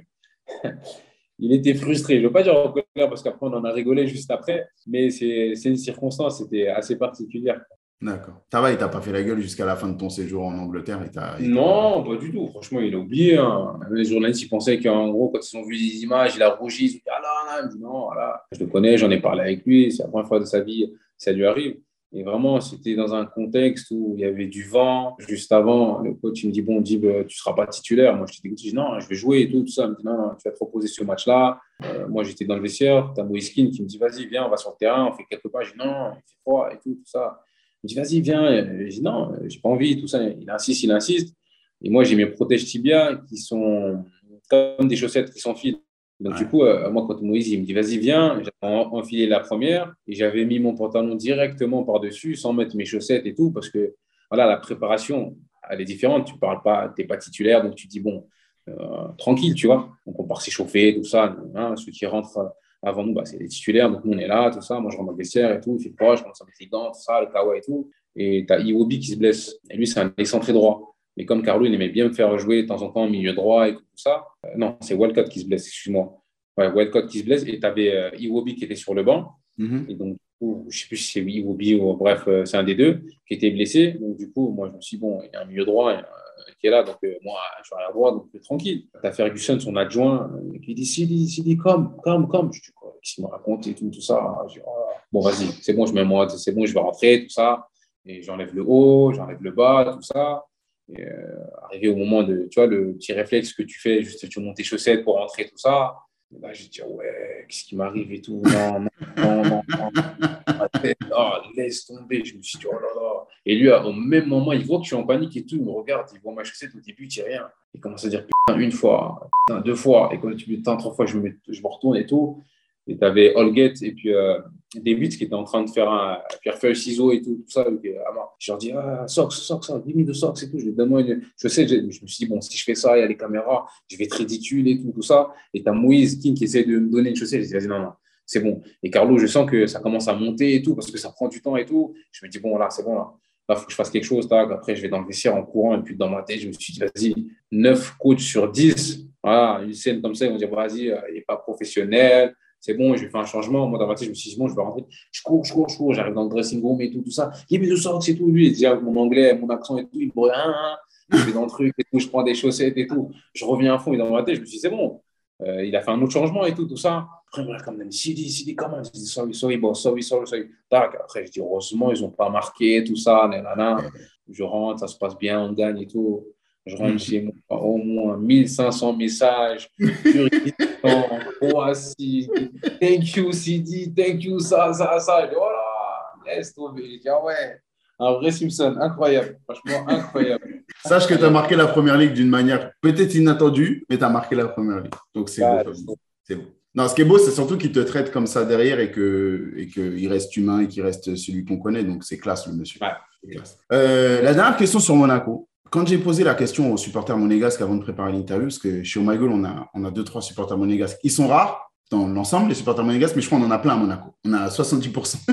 il était frustré. Je ne veux pas dire en colère parce qu'après, on en a rigolé juste après, mais c'est, c'est une circonstance, c'était assez particulière. D'accord. Ça va, il t'a pas fait la gueule jusqu'à la fin de ton séjour en Angleterre. Il t'a- il était pas... Non, pas du tout. Franchement, il a oublié. Hein. Les journalistes, ils pensaient qu'en gros, quand ils ont vu les images, il a rougi. Ils ont dit, ah là, là. Il me dit, non, voilà. Je le connais, j'en ai parlé avec lui. C'est la première fois de sa vie, ça lui arrive. Et vraiment, c'était dans un contexte où il y avait du vent. Juste avant, le coach, il me dit, bon, Dib, tu ne seras pas titulaire. Moi, je t'ai dit, non, je vais jouer et tout, tout ça. Il me dit, non, non, tu vas te reposer ce match-là. Euh, moi, j'étais dans le vestiaire. Tu as Moïse Kean qui me dit, vas-y, viens, on va sur le terrain, on fait quelques pas. Je dis, non, il fait froid et tout, tout ça. Il me dit, vas-y, viens. Je dis, non, j'ai pas envie, tout ça. Il insiste, il insiste. Et moi, j'ai mes protèges tibia qui sont comme des chaussettes qui s'enfilent. Donc, du Ouais. coup, euh, moi, quand Moïse, il me dit, vas-y, viens, j'avais enfilé la première et j'avais mis mon pantalon directement par-dessus sans mettre mes chaussettes et tout parce que, voilà, la préparation, elle est différente. Tu parles pas, tu n'es pas titulaire, donc tu dis, bon, euh, tranquille, tu vois. Donc, on part s'échauffer, tout ça. Hein, ceux qui rentrent avant nous, bah, c'est les titulaires. Donc, nous, on est là, tout ça. Moi, je rentre dans le vestiaire et tout. Il fait froid, je commence à mettre les gants, tout ça, le kawa et tout. Et tu as Iwobi qui se blesse. Et lui, c'est un excentré droit. Mais comme Carlo, il aimait bien me faire jouer de temps en temps au milieu droit et tout ça. Euh, non, c'est Walcott qui se blesse, excuse-moi. Ouais, Walcott qui se blesse. Et tu avais euh, Iwobi qui était sur le banc. Et Mhm. donc, du coup, je ne sais plus si c'est Iwobi ou bref, euh, c'est un des deux qui était blessé. Donc, du coup, moi, je me suis dit, bon, il y a un milieu droit euh, qui est là. Donc, euh, moi, je suis arrière droit, donc euh, tranquille. Tu as Ferguson, son adjoint, euh, qui dit, Sidi, Sidi, comme, comme, comme. Je dis, quoi, qu'est-ce qu'il me raconte et tout, tout ça. Je dis, oh, bon, vas-y, c'est bon, je mets moi, c'est bon, je vais rentrer, tout ça. Et j'enlève le haut, j'enlève le bas, tout ça. Et euh, arrivé au moment de, tu vois, le petit réflexe que tu fais, juste tu montes tes chaussettes pour rentrer, tout ça. Et là, je dis, ouais, qu'est-ce qui m'arrive et tout. Non, non, non, non, non. Ma tête, oh, laisse tomber. Je me suis dit, oh là là. Et lui, au même moment, il voit que je suis en panique et tout. Il me regarde, il voit ma chaussette. Au début, il dit rien. Il commence à dire, putain, une fois, putain, deux fois. Et quand tu me dis, putain, trois fois, je me, je me retourne et tout. Et tu avais Holgate et puis euh, David qui était en train de faire un pierre-feuille, ciseaux et tout, tout ça. Donc, euh, je leur dis, ah, socks, socks, socks, dix mille de socks et tout. Je, donne-moi une... je sais, je, je me suis dit, bon, si je fais ça, il y a les caméras, je vais être ridicule et tout, tout ça. Et tu as Moïse King qui essaie de me donner une chaussette. Je dis, vas-y, non, non, c'est bon. Et Carlo, je sens que ça commence à monter et tout parce que ça prend du temps et tout. Je me dis, bon, là, c'est bon, là. Là, il faut que je fasse quelque chose. Tac. Après, je vais dans le vestiaire en courant. Et puis, dans ma tête, je me suis dit, vas-y, neuf coachs sur dix. Voilà, une scène comme ça, ils vont dire, vas-y, il n'est pas professionnel. C'est bon, je vais faire un changement. Moi, dans ma tête, je me suis dit, bon, je vais rentrer. Je cours, je cours, je cours. J'arrive dans le dressing room et tout, tout ça. Il y a mis de socks et tout. Lui, déjà, mon anglais, mon accent et tout, il me dit, hein, hein. Je vais dans le truc et tout. Je prends des chaussettes et tout. Je reviens à fond. Et dans ma tête, je me suis dit, c'est bon. Euh, il a fait un autre changement et tout, tout ça. Après, il me regarde comme même, Sidi, Sidi, comment? Je dis, sorry, sorry, boss, sorry, sorry, sorry. Tac. Après, je dis, heureusement, ils n'ont pas marqué, tout ça. Nanana. Je rentre, ça se passe bien, on gagne et tout. Je rentre chez moi, au moins mille cinq cents messages. Kyrgyzstan, Croatie, thank you, Sidi, thank you, ça, ça, ça. Je dis, voilà. laisse tomber. J'ai dit, ah ouais, un vrai Simpson, incroyable. Franchement, incroyable. Sache que tu as marqué la première ligue d'une manière peut-être inattendue, mais tu as marqué la première ligue. Donc, c'est beau. Ah, C'est beau. Non, ce qui est beau, c'est surtout qu'il te traite comme ça derrière et qu'il et que il reste humain et qu'il reste celui qu'on connaît. Donc, c'est classe, le monsieur. ouais. C'est classe. Euh, la dernière question sur Monaco. Quand j'ai posé la question aux supporters monégasques avant de préparer l'interview, parce que chez Omagoul, on a, on a deux, trois supporters monégasques. Ils sont rares dans l'ensemble, les supporters monégasques, mais je crois qu'on en a plein à Monaco. On a soixante-dix pour cent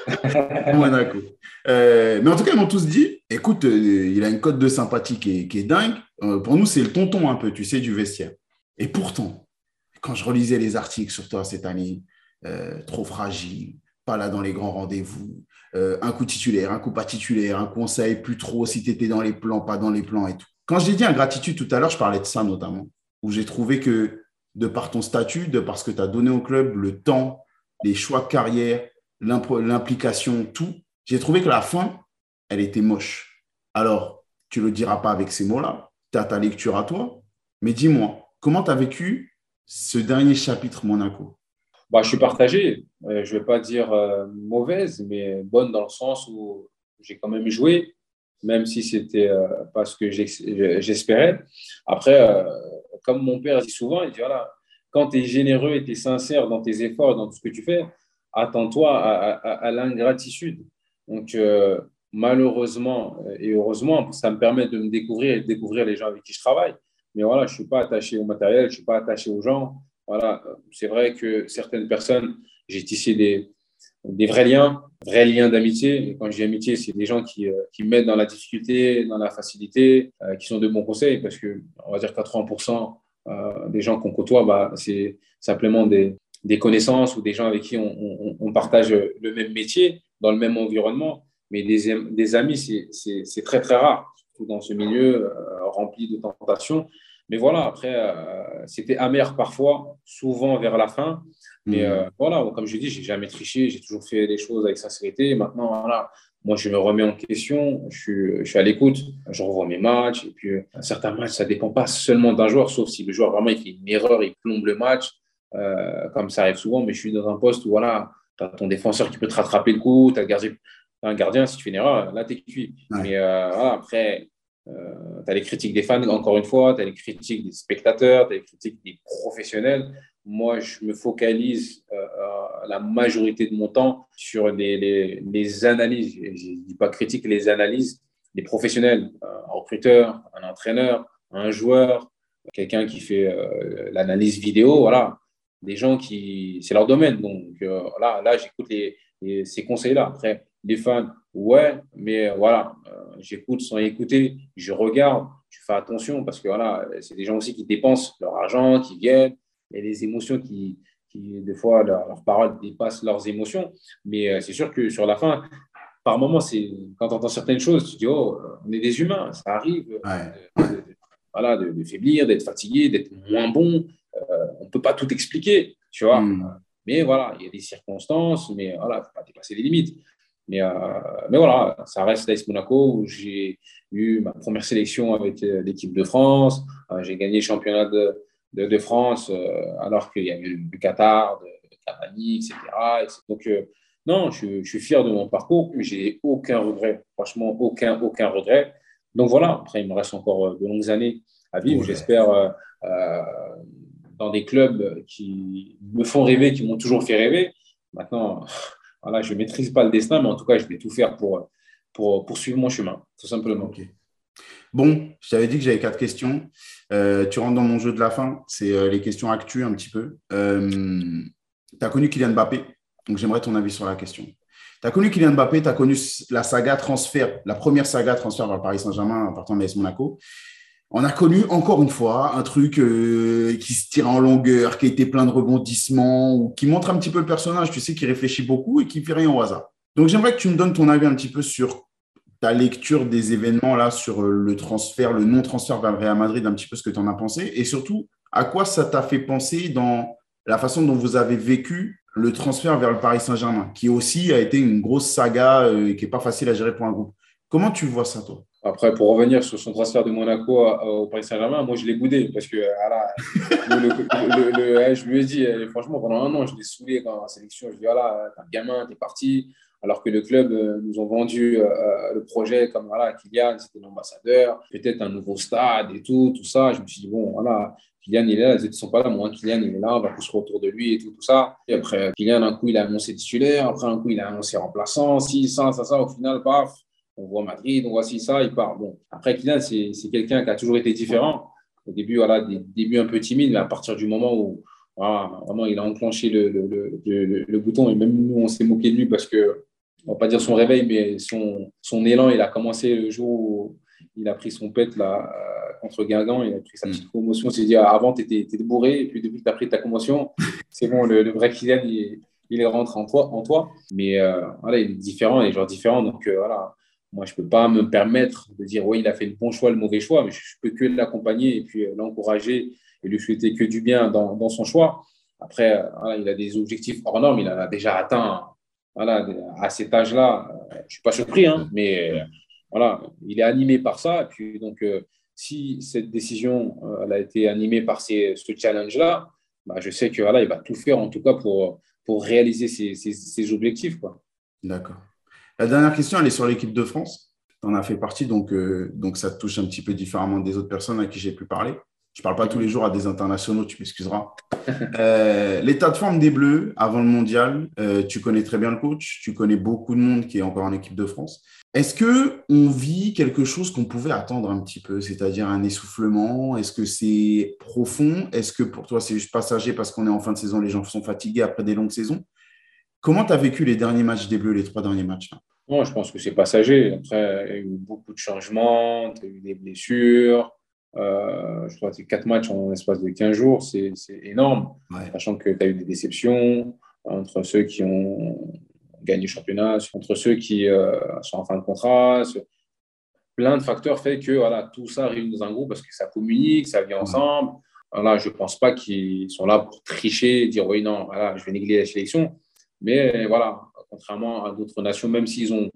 à Monaco. Euh, mais en tout cas, ils m'ont tous dit, écoute, euh, il a une cote de sympathie qui est, qui est dingue. Euh, pour nous, c'est le tonton un peu, tu sais, du vestiaire. Et pourtant, quand je relisais les articles sur toi cette année, euh, trop fragile, pas là dans les grands rendez-vous, euh, un coup titulaire, un coup pas titulaire, un coup on ne savait plus trop si tu étais dans les plans, pas dans les plans et tout. Quand j'ai dit ingratitude tout à l'heure, je parlais de ça notamment, où j'ai trouvé que de par ton statut, de par ce que tu as donné au club, le temps, les choix de carrière, l'implication, tout, j'ai trouvé que la fin, elle était moche. Alors, tu ne le diras pas avec ces mots-là, tu as ta lecture à toi, mais dis-moi, comment tu as vécu ce dernier chapitre Monaco? Bah, je suis partagé. Euh, je ne vais pas dire euh, mauvaise, mais bonne dans le sens où j'ai quand même joué, même si ce n'était euh, pas ce que j'espérais. Après, euh, comme mon père dit souvent, il dit voilà, quand tu es généreux et tu es sincère dans tes efforts, dans tout ce que tu fais, attends-toi à, à, à l'ingratitude. Donc, euh, malheureusement et heureusement, ça me permet de me découvrir et de découvrir les gens avec qui je travaille. Mais voilà, je ne suis pas attaché au matériel, je ne suis pas attaché aux gens. Voilà, c'est vrai que certaines personnes, j'ai tissé des, des vrais liens, vrais liens d'amitié. Et quand je dis amitié, c'est des gens qui, euh, qui m'aident dans la difficulté, dans la facilité, euh, qui sont de bons conseils parce que, on va dire, quatre-vingts pour cent euh, des gens qu'on côtoie, bah, c'est simplement des, des connaissances ou des gens avec qui on, on, on partage le même métier, dans le même environnement. Mais des, des amis, c'est très, très rare, surtout dans ce milieu euh, rempli de tentations. Mais voilà, après, euh, c'était amer parfois, souvent vers la fin. Mais euh, mmh. voilà, comme je dis, je n'ai jamais triché, j'ai toujours fait les choses avec sincérité. Maintenant, voilà, moi, je me remets en question, je suis, je suis à l'écoute, je revois mes matchs. Et puis, certains matchs, ça ne dépend pas seulement d'un joueur, sauf si le joueur vraiment il fait une erreur, il plombe le match, euh, comme ça arrive souvent. Mais je suis dans un poste où voilà, tu as ton défenseur qui peut te rattraper le coup, tu as le gardien, un gardien, si tu fais une erreur, là, tu es cuit. Ouais. Mais euh, voilà, après. Euh, tu as les critiques des fans, encore une fois, tu as les critiques des spectateurs, tu as les critiques des professionnels. Moi, je me focalise euh, la majorité de mon temps sur les, les, les analyses. Je ne dis pas critiques, les analyses des professionnels. Un recruteur, un entraîneur, un joueur, quelqu'un qui fait euh, l'analyse vidéo, voilà. Des gens qui… C'est leur domaine. Donc euh, là, là j'écoute les, les, ces conseils-là. Après, les fans, ouais, mais euh, voilà, euh, j'écoute sans écouter, je regarde, je fais attention parce que voilà, c'est des gens aussi qui dépensent leur argent, qui viennent, il y a des émotions qui, qui des fois, leurs leur paroles dépassent leurs émotions. Mais euh, c'est sûr que sur la fin, par moment, c'est quand tu entends certaines choses, tu dis, oh, on est des humains, ça arrive ouais. de, de, de, voilà, de, de faiblir, d'être fatigué, d'être moins bon. Euh, on ne peut pas tout expliquer, tu vois. Mm. Mais voilà, il y a des circonstances, mais voilà, il ne faut pas dépasser les limites. Mais, euh, mais voilà, ça reste l'A S Monaco où j'ai eu ma première sélection avec euh, l'équipe de France. Euh, j'ai gagné le championnat de, de, de France euh, alors qu'il y avait le Qatar, de, de Cavani, et cetera. Et donc, euh, non, je, je suis fier de mon parcours. J'ai aucun regret, franchement, aucun, aucun regret. Donc voilà, après, il me reste encore de longues années à vivre. Ouais. J'espère euh, euh, dans des clubs qui me font rêver, qui m'ont toujours fait rêver. Maintenant, voilà, je ne maîtrise pas le destin, mais en tout cas, je vais tout faire pour, pour poursuivre mon chemin, tout simplement. Okay. Bon, je t'avais dit que j'avais quatre questions. Euh, tu rentres dans mon jeu de la fin. C'est euh, les questions actuelles un petit peu. Euh, tu as connu Kylian Mbappé, donc j'aimerais ton avis sur la question. Tu as connu Kylian Mbappé, tu as connu la saga transfert, la première saga transfert vers le Paris Saint-Germain en partant de l'A S Monaco. On a connu encore une fois un truc euh, qui se tire en longueur, qui a été plein de rebondissements, ou qui montre un petit peu le personnage, tu sais, qui réfléchit beaucoup et qui ne fait rien au hasard. Donc, j'aimerais que tu me donnes ton avis un petit peu sur ta lecture des événements, là, sur le transfert, le non-transfert vers le Real Madrid, un petit peu ce que tu en as pensé, et surtout, à quoi ça t'a fait penser dans la façon dont vous avez vécu le transfert vers le Paris Saint-Germain, qui aussi a été une grosse saga euh, et qui n'est pas facile à gérer pour un groupe. Comment tu vois ça, toi ? Après, pour revenir sur son transfert de Monaco au Paris Saint-Germain, moi, je l'ai boudé parce que voilà, le, le, le, le, je lui ai dit, franchement, pendant un an, je l'ai saoulé quand en sélection. Je lui ai dit, voilà, t'es un gamin, t'es parti. alors que le club euh, nous ont vendu euh, le projet comme voilà, Kylian, c'était l'ambassadeur, peut-être un nouveau stade et tout, tout ça. Je me suis dit, bon, voilà, Kylian, il est là, les autres ne sont pas là, moi, Kylian, il est là, on va construire autour de lui et tout, tout ça. Et après, Kylian, un coup, il a annoncé titulaire, après, un coup, il a annoncé remplaçant, si, ça, ça, ça, au final, paf, on voit Madrid, on voit si, ça, il part. Bon, après, Kylian, c'est, c'est quelqu'un qui a toujours été différent. Au début, voilà, des débuts un peu timides, mais à partir du moment où voilà, vraiment, il a enclenché le, le, le, le, le bouton, et même nous, on s'est moqué de lui parce que, on va pas dire son réveil, mais son, son élan, il a commencé le jour où il a pris son pet là, contre Guingamp, il a pris sa petite commotion. On s'est dit, ah, avant, tu étais bourré, et puis depuis que tu as pris ta commotion, c'est bon, le, le vrai Kylian, il, il est rentré en toi. En toi. Mais euh, voilà, il est différent, il est genre différent. Donc euh, voilà, moi, je ne peux pas me permettre de dire, oui, il a fait le bon choix, le mauvais choix, mais je ne peux que l'accompagner et puis euh, l'encourager et lui souhaiter que du bien dans, dans son choix. Après, euh, voilà, il a des objectifs hors normes, il en a déjà atteint. Voilà, à cet âge-là, je ne suis pas surpris, hein, mais euh, voilà, il est animé par ça. Et puis, donc, euh, si cette décision euh, elle a été animée par ces, ce challenge-là, bah, je sais que voilà, il va tout faire, en tout cas, pour, pour réaliser ses, ses, ses objectifs, quoi. D'accord. La dernière question, elle est sur l'équipe de France. Tu en as fait partie, donc, euh, donc ça te touche un petit peu différemment des autres personnes à qui j'ai pu parler. Je ne parle pas tous les jours à des internationaux, tu m'excuseras. Euh, l'état de forme des Bleus avant le mondial, euh, tu connais très bien le coach, tu connais beaucoup de monde qui est encore en équipe de France. Est-ce qu'on vit quelque chose qu'on pouvait attendre un petit peu, c'est-à-dire un essoufflement? Est-ce que c'est profond? Est-ce que pour toi, c'est juste passager parce qu'on est en fin de saison, les gens sont fatigués après des longues saisons? Comment tu as vécu les derniers matchs des Bleus, les trois derniers matchs là? Non, je pense que c'est passager. Après, il y a eu beaucoup de changements, il y a eu des blessures. Euh, je crois que c'est quatre matchs en l'espace de quinze jours, c'est, c'est énorme, ouais. Sachant que tu as eu des déceptions entre ceux qui ont gagné le championnat, entre ceux qui euh, sont en fin de contrat. Plein de facteurs fait que voilà, tout ça réunit dans un groupe parce que ça communique, ça vit ensemble. Voilà, je ne pense pas qu'ils sont là pour tricher, dire oui, non, voilà, je vais négliger la sélection. Mais voilà, contrairement à d'autres nations, même s'ils ont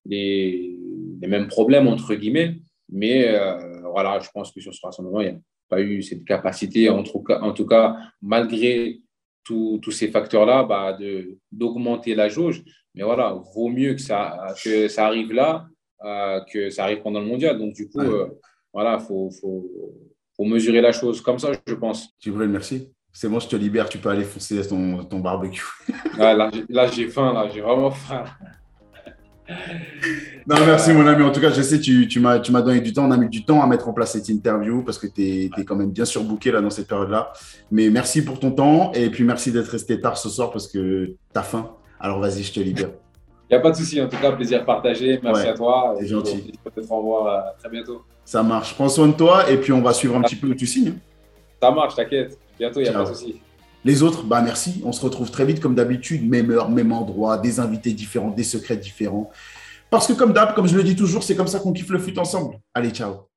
les, les mêmes problèmes, entre guillemets, mais euh, voilà, je pense que sur ce rassemblement, il n'y a pas eu cette capacité, en tout cas, en tout cas malgré tous ces facteurs-là, bah, de, d'augmenter la jauge. Mais voilà, vaut mieux que ça, que ça arrive là euh, que ça arrive pendant le mondial. Donc, du coup, ouais. euh, voilà, il faut, faut, faut mesurer la chose comme ça, je pense. Djibril, merci. C'est bon, je te libère, tu peux aller foncer ton, ton barbecue. Ah, là, là, j'ai faim, là, j'ai vraiment faim. Non, merci mon ami. En tout cas, je sais, tu, tu, m'as, tu m'as donné du temps. On a mis du temps à mettre en place cette interview parce que tu es quand même bien surbooké là, dans cette période-là. Mais merci pour ton temps et puis merci d'être resté tard ce soir parce que tu as faim. Alors vas-y, je te libère. Il n'y a pas de souci. En tout cas, plaisir partagé. Merci ouais, à toi. C'est gentil. Peut-être au revoir très bientôt. Ça marche. Prends soin de toi et puis on va suivre un petit peu où tu signes. Ça marche, t'inquiète. Bientôt, il n'y a pas de souci. Les autres, bah merci. On se retrouve très vite comme d'habitude. Même heure, même endroit, des invités différents, des secrets différents. Parce que comme d'hab, comme je le dis toujours, c'est comme ça qu'on kiffe le foot ensemble. Allez, ciao.